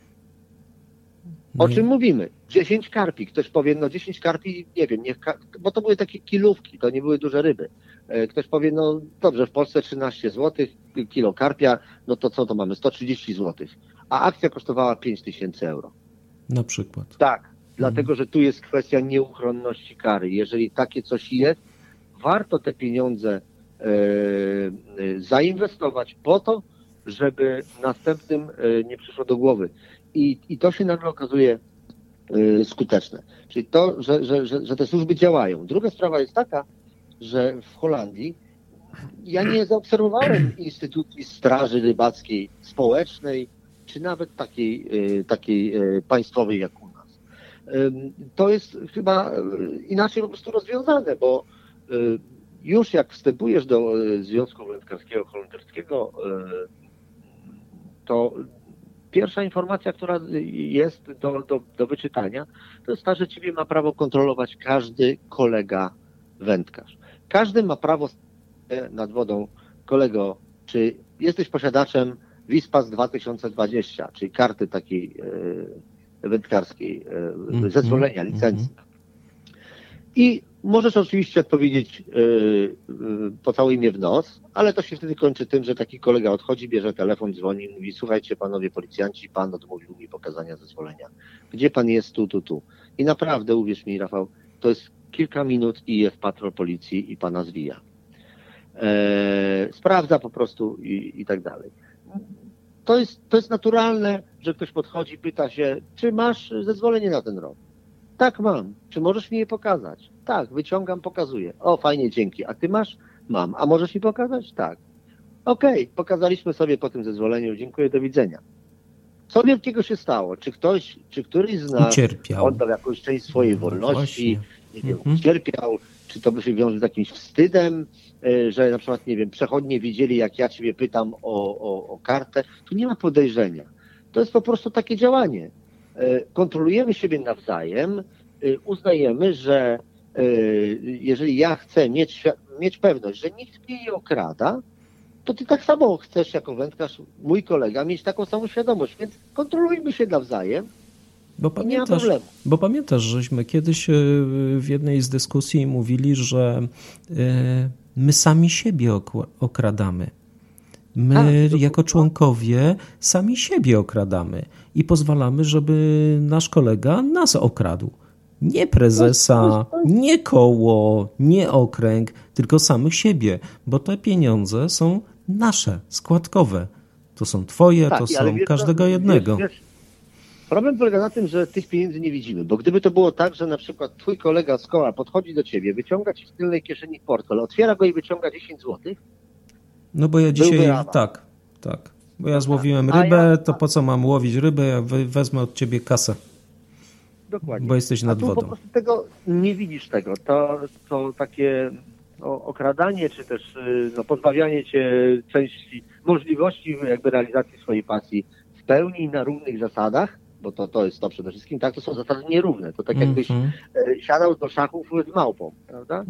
O czym mówimy? 10 karpi. Ktoś powie, 10 karpi, nie wiem, bo to były takie kilówki, to nie były duże ryby. Ktoś powie, dobrze, w Polsce 13 zł, kilo karpia, to co to mamy? 130 zł. A akcja kosztowała 5000 euro. Na przykład. Tak, dlatego, że tu jest kwestia nieuchronności kary. Jeżeli takie coś jest, warto te pieniądze zainwestować po to, żeby następnym nie przyszło do głowy. I to się nagle okazuje skuteczne. Czyli to, że te służby działają. Druga sprawa jest taka, że w Holandii ja nie zaobserwowałem instytucji straży rybackiej społecznej, czy nawet takiej państwowej jak u nas. To jest chyba inaczej po prostu rozwiązane, bo już jak wstępujesz do Związku Wędkarskiego Holenderskiego, to pierwsza informacja, która jest do wyczytania, to jest ta, że ciebie ma prawo kontrolować każdy kolega wędkarz. Każdy ma prawo nad wodą, kolego, czy jesteś posiadaczem Wispas 2020, czyli karty takiej wędkarskiej, zezwolenia, licencji. I możesz oczywiście odpowiedzieć po całej imię w nos, ale to się wtedy kończy tym, że taki kolega odchodzi, bierze telefon, dzwoni i mówi: słuchajcie, panowie policjanci, pan odmówił mi pokazania zezwolenia. Gdzie pan jest? Tu. I naprawdę, uwierz mi, Rafał, to jest kilka minut i jest patrol policji i pana zwija. Sprawdza po prostu i tak dalej. To jest naturalne, że ktoś podchodzi, pyta się, czy masz zezwolenie na ten rok? Tak, mam. Czy możesz mi je pokazać? Tak, wyciągam, pokazuję. O, fajnie, dzięki. A ty masz? Mam. A możesz mi pokazać? Tak. Okej, pokazaliśmy sobie po tym zezwoleniu. Dziękuję, do widzenia. Co wielkiego się stało? Czy któryś z nas oddał jakąś część swojej wolności? Nie wiem, ucierpiał? Czy to by się wiąże z jakimś wstydem, że na przykład, nie wiem, przechodnie widzieli, jak ja ciebie pytam o kartę? Tu nie ma podejrzenia. To jest po prostu takie działanie. Kontrolujemy siebie nawzajem, uznajemy, że jeżeli ja chcę mieć pewność, że nikt mnie nie okrada, to ty tak samo chcesz jako wędkarz, mój kolega, mieć taką samą świadomość, więc kontrolujmy się nawzajem. Bo pamiętasz, żeśmy kiedyś w jednej z dyskusji mówili, że my sami siebie okradamy. My jako członkowie sami siebie okradamy i pozwalamy, żeby nasz kolega nas okradł. Nie prezesa, nie koło, nie okręg, tylko samych siebie, bo te pieniądze są nasze, składkowe. To są twoje, to są każdego jednego. Problem polega na tym, że tych pieniędzy nie widzimy, bo gdyby to było tak, że na przykład twój kolega z koła podchodzi do ciebie, wyciąga ci z tylnej kieszeni portfel, otwiera go i wyciąga 10 złotych. No bo ja dzisiaj, tak, bo ja złowiłem rybę, to po co mam łowić rybę, ja wezmę od ciebie kasę. Dokładnie. Bo jesteś nad wodą. Po prostu tego nie widzisz tego. To takie okradanie, czy też pozbawianie cię części możliwości jakby realizacji swojej pasji w pełni na równych zasadach, bo to jest to przede wszystkim, tak, to są zasady nierówne. To tak jakbyś siadał do szachów z małpą, prawda?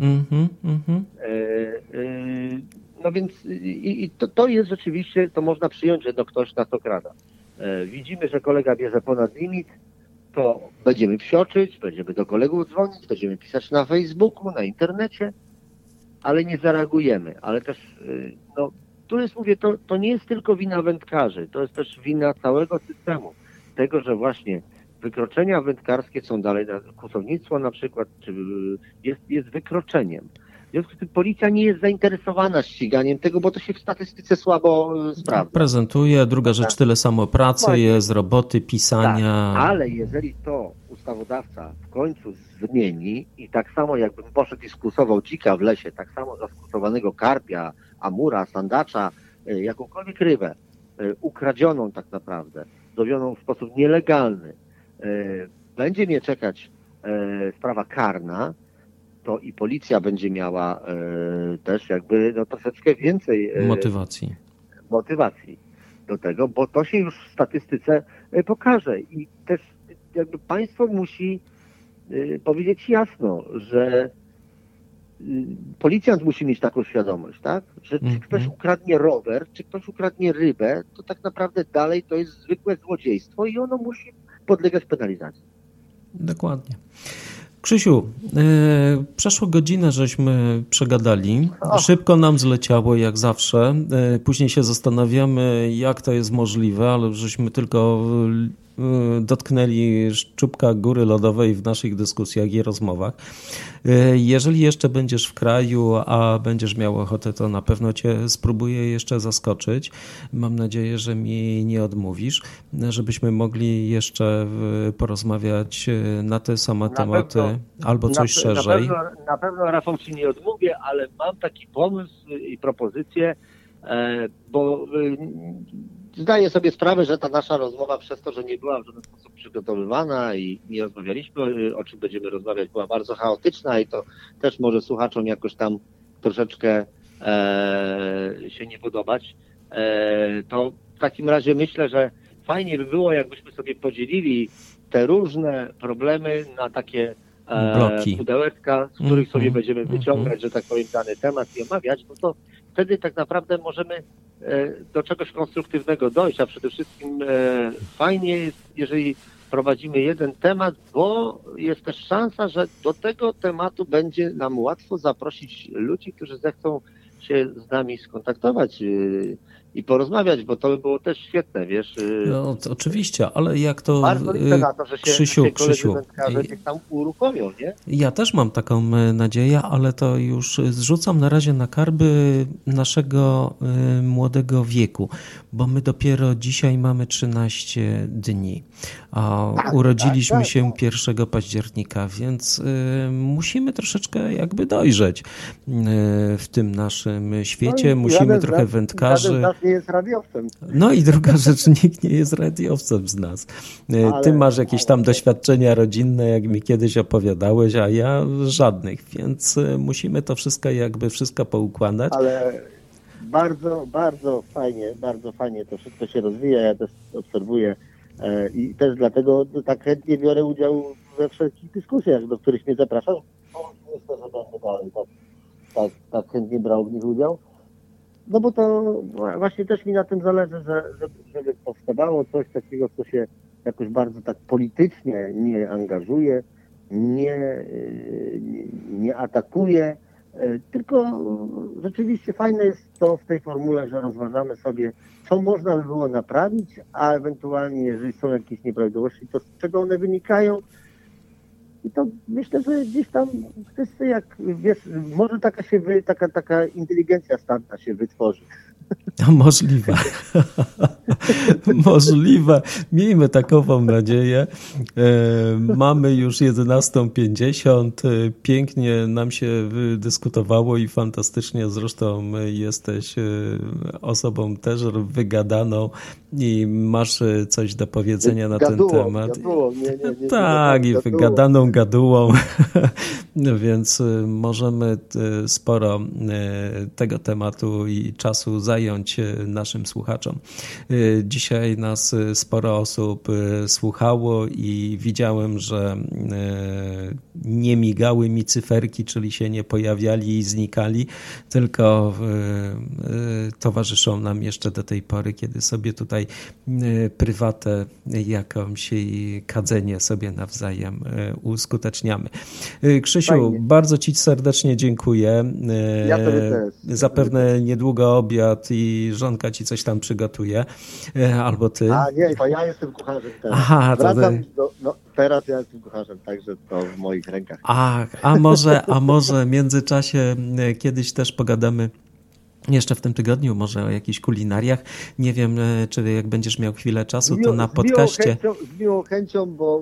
No więc to jest rzeczywiście, to można przyjąć, że ktoś nas okrada. Widzimy, że kolega bierze ponad limit, to będziemy psioczyć, będziemy do kolegów dzwonić, będziemy pisać na Facebooku, na internecie, ale nie zareagujemy. Ale też, tu jest, mówię, to nie jest tylko wina wędkarzy, to jest też wina całego systemu. Tego, że właśnie wykroczenia wędkarskie są dalej, kłusownictwo na przykład, czy jest wykroczeniem. W związku z tym policja nie jest zainteresowana ściganiem tego, bo to się w statystyce słabo sprawdza. Prezentuje, druga rzecz, tyle samo pracy jest, roboty, pisania. Tak, ale jeżeli to ustawodawca w końcu zmieni i tak samo jakbym poszedł i skłusował dzika w lesie, tak samo zaskłusowanego karpia, amura, sandacza, jakąkolwiek rybę, ukradzioną tak naprawdę, złowioną w sposób nielegalny, będzie mnie czekać sprawa karna, to i policja będzie miała też jakby troszeczkę więcej motywacji do tego, bo to się już w statystyce pokaże i też jakby państwo musi powiedzieć jasno, że policjant musi mieć taką świadomość, tak? Że czy ktoś ukradnie rower, czy ktoś ukradnie rybę, to tak naprawdę dalej to jest zwykłe złodziejstwo i ono musi podlegać penalizacji. Dokładnie. Krzysiu, przeszło godzinę, żeśmy przegadali. Szybko nam zleciało, jak zawsze. Później się zastanawiamy, jak to jest możliwe, ale żeśmy tylko dotknęli czubka góry lodowej w naszych dyskusjach i rozmowach. Jeżeli jeszcze będziesz w kraju, a będziesz miał ochotę, to na pewno cię spróbuję jeszcze zaskoczyć. Mam nadzieję, że mi nie odmówisz, żebyśmy mogli jeszcze porozmawiać na te same tematy albo coś szerzej. Na pewno, Rafał, ci nie odmówię, ale mam taki pomysł i propozycję, bo zdaję sobie sprawę, że ta nasza rozmowa przez to, że nie była w żaden sposób przygotowywana i nie rozmawialiśmy, o czym będziemy rozmawiać, była bardzo chaotyczna i to też może słuchaczom jakoś tam troszeczkę się nie podobać. To w takim razie myślę, że fajnie by było, jakbyśmy sobie podzielili te różne problemy na takie bloki, pudełeczka, z których sobie będziemy wyciągać, że tak powiem, dany temat i omawiać, bo to wtedy tak naprawdę możemy do czegoś konstruktywnego dojść, a przede wszystkim fajnie jest, jeżeli prowadzimy jeden temat, bo jest też szansa, że do tego tematu będzie nam łatwo zaprosić ludzi, którzy zechcą się z nami skontaktować i porozmawiać, bo to by było też świetne, wiesz. No, to oczywiście, ale jak to... Bardzo liczę na to, że się Krzysiu, gdzieś tam uruchomią, nie? Ja też mam taką nadzieję, ale to już zrzucam na razie na karby naszego młodego wieku, bo my dopiero dzisiaj mamy 13 dni, a urodziliśmy się 1 października, więc musimy troszeczkę jakby dojrzeć w tym naszym świecie, musimy trochę wędkarzy. Nie jest radiowcem. No i druga rzecz, nikt nie jest radiowcem z nas. Ty masz jakieś tam doświadczenia rodzinne, jak mi kiedyś opowiadałeś, a ja żadnych, więc musimy to wszystko poukładać. Ale bardzo fajnie to wszystko się rozwija, ja też obserwuję i też dlatego tak chętnie biorę udział we wszelkich dyskusjach, do których mnie zapraszam. Myślę, że będę dalej tak chętnie brał w nich udział. No bo to właśnie też mi na tym zależy, żeby powstawało coś takiego, co się jakoś bardzo tak politycznie nie angażuje, nie atakuje, tylko rzeczywiście fajne jest to w tej formule, że rozważamy sobie, co można by było naprawić, a ewentualnie, jeżeli są jakieś nieprawidłowości, to z czego one wynikają. I to myślę, że gdzieś tam wszyscy, jak wiesz, może taka inteligencja stadna się wytworzy. Możliwe. Możliwe. Miejmy takową nadzieję. Mamy już 11:50. Pięknie nam się dyskutowało i fantastycznie. Zresztą jesteś osobą też wygadaną i masz coś do powiedzenia na ten temat. Tak, i wygadaną gadułą. Więc możemy sporo tego tematu i czasu zająć naszym słuchaczom. Dzisiaj nas sporo osób słuchało i widziałem, że nie migały mi cyferki, czyli się nie pojawiali i znikali, tylko towarzyszą nam jeszcze do tej pory, kiedy sobie tutaj prywatę jakąś i kadzenie sobie nawzajem uskuteczniamy. Krzysiu, fajnie. Bardzo Ci serdecznie dziękuję. Ja tobie też. Zapewne niedługo obiad i żonka Ci coś tam przygotuje, albo Ty. A nie, bo ja jestem kucharzem teraz. Aha, teraz ja jestem kucharzem, także to w moich rękach. A może w międzyczasie kiedyś też pogadamy jeszcze w tym tygodniu może o jakichś kulinariach. Nie wiem, czy jak będziesz miał chwilę czasu, to na podcaście. Z miłą chęcią, bo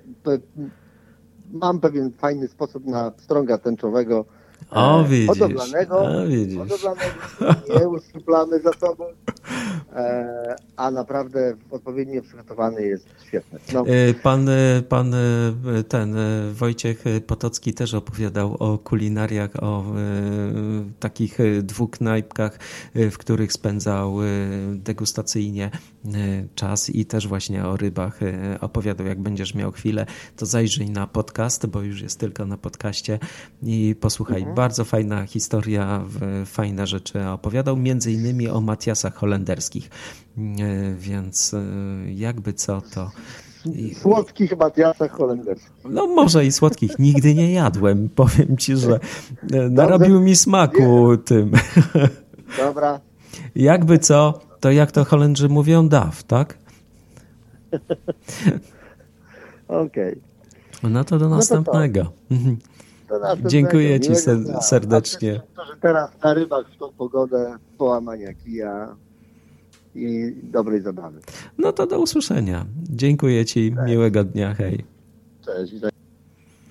mam pewien fajny sposób na pstrąga tęczowego. Hodowlanego, nieuszczuplany za sobą, a naprawdę odpowiednio przygotowany jest świetny. No. Pan Wojciech Potocki też opowiadał o kulinariach, o takich dwóch knajpkach, w których spędzał degustacyjnie czas i też właśnie o rybach opowiadał. Jak będziesz miał chwilę, to zajrzyj na podcast, bo już jest tylko na podcaście i posłuchaj. Bardzo fajna historia, fajne rzeczy opowiadał, między innymi o Matiasach holenderskich, więc jakby co to... Słodkich Matiasach holenderskich. No może i słodkich, nigdy nie jadłem, powiem ci, że narobił mi smaku tym. Dobra. Jakby co, to jak to Holendrzy mówią, daw, tak? Okej. No to do następnego. Dziękuję ci serdecznie. To, że teraz na rybach w tą pogodę połamania kija i dobrej zabawy. No to do usłyszenia. Dziękuję ci, miłego dnia, hej. Cześć.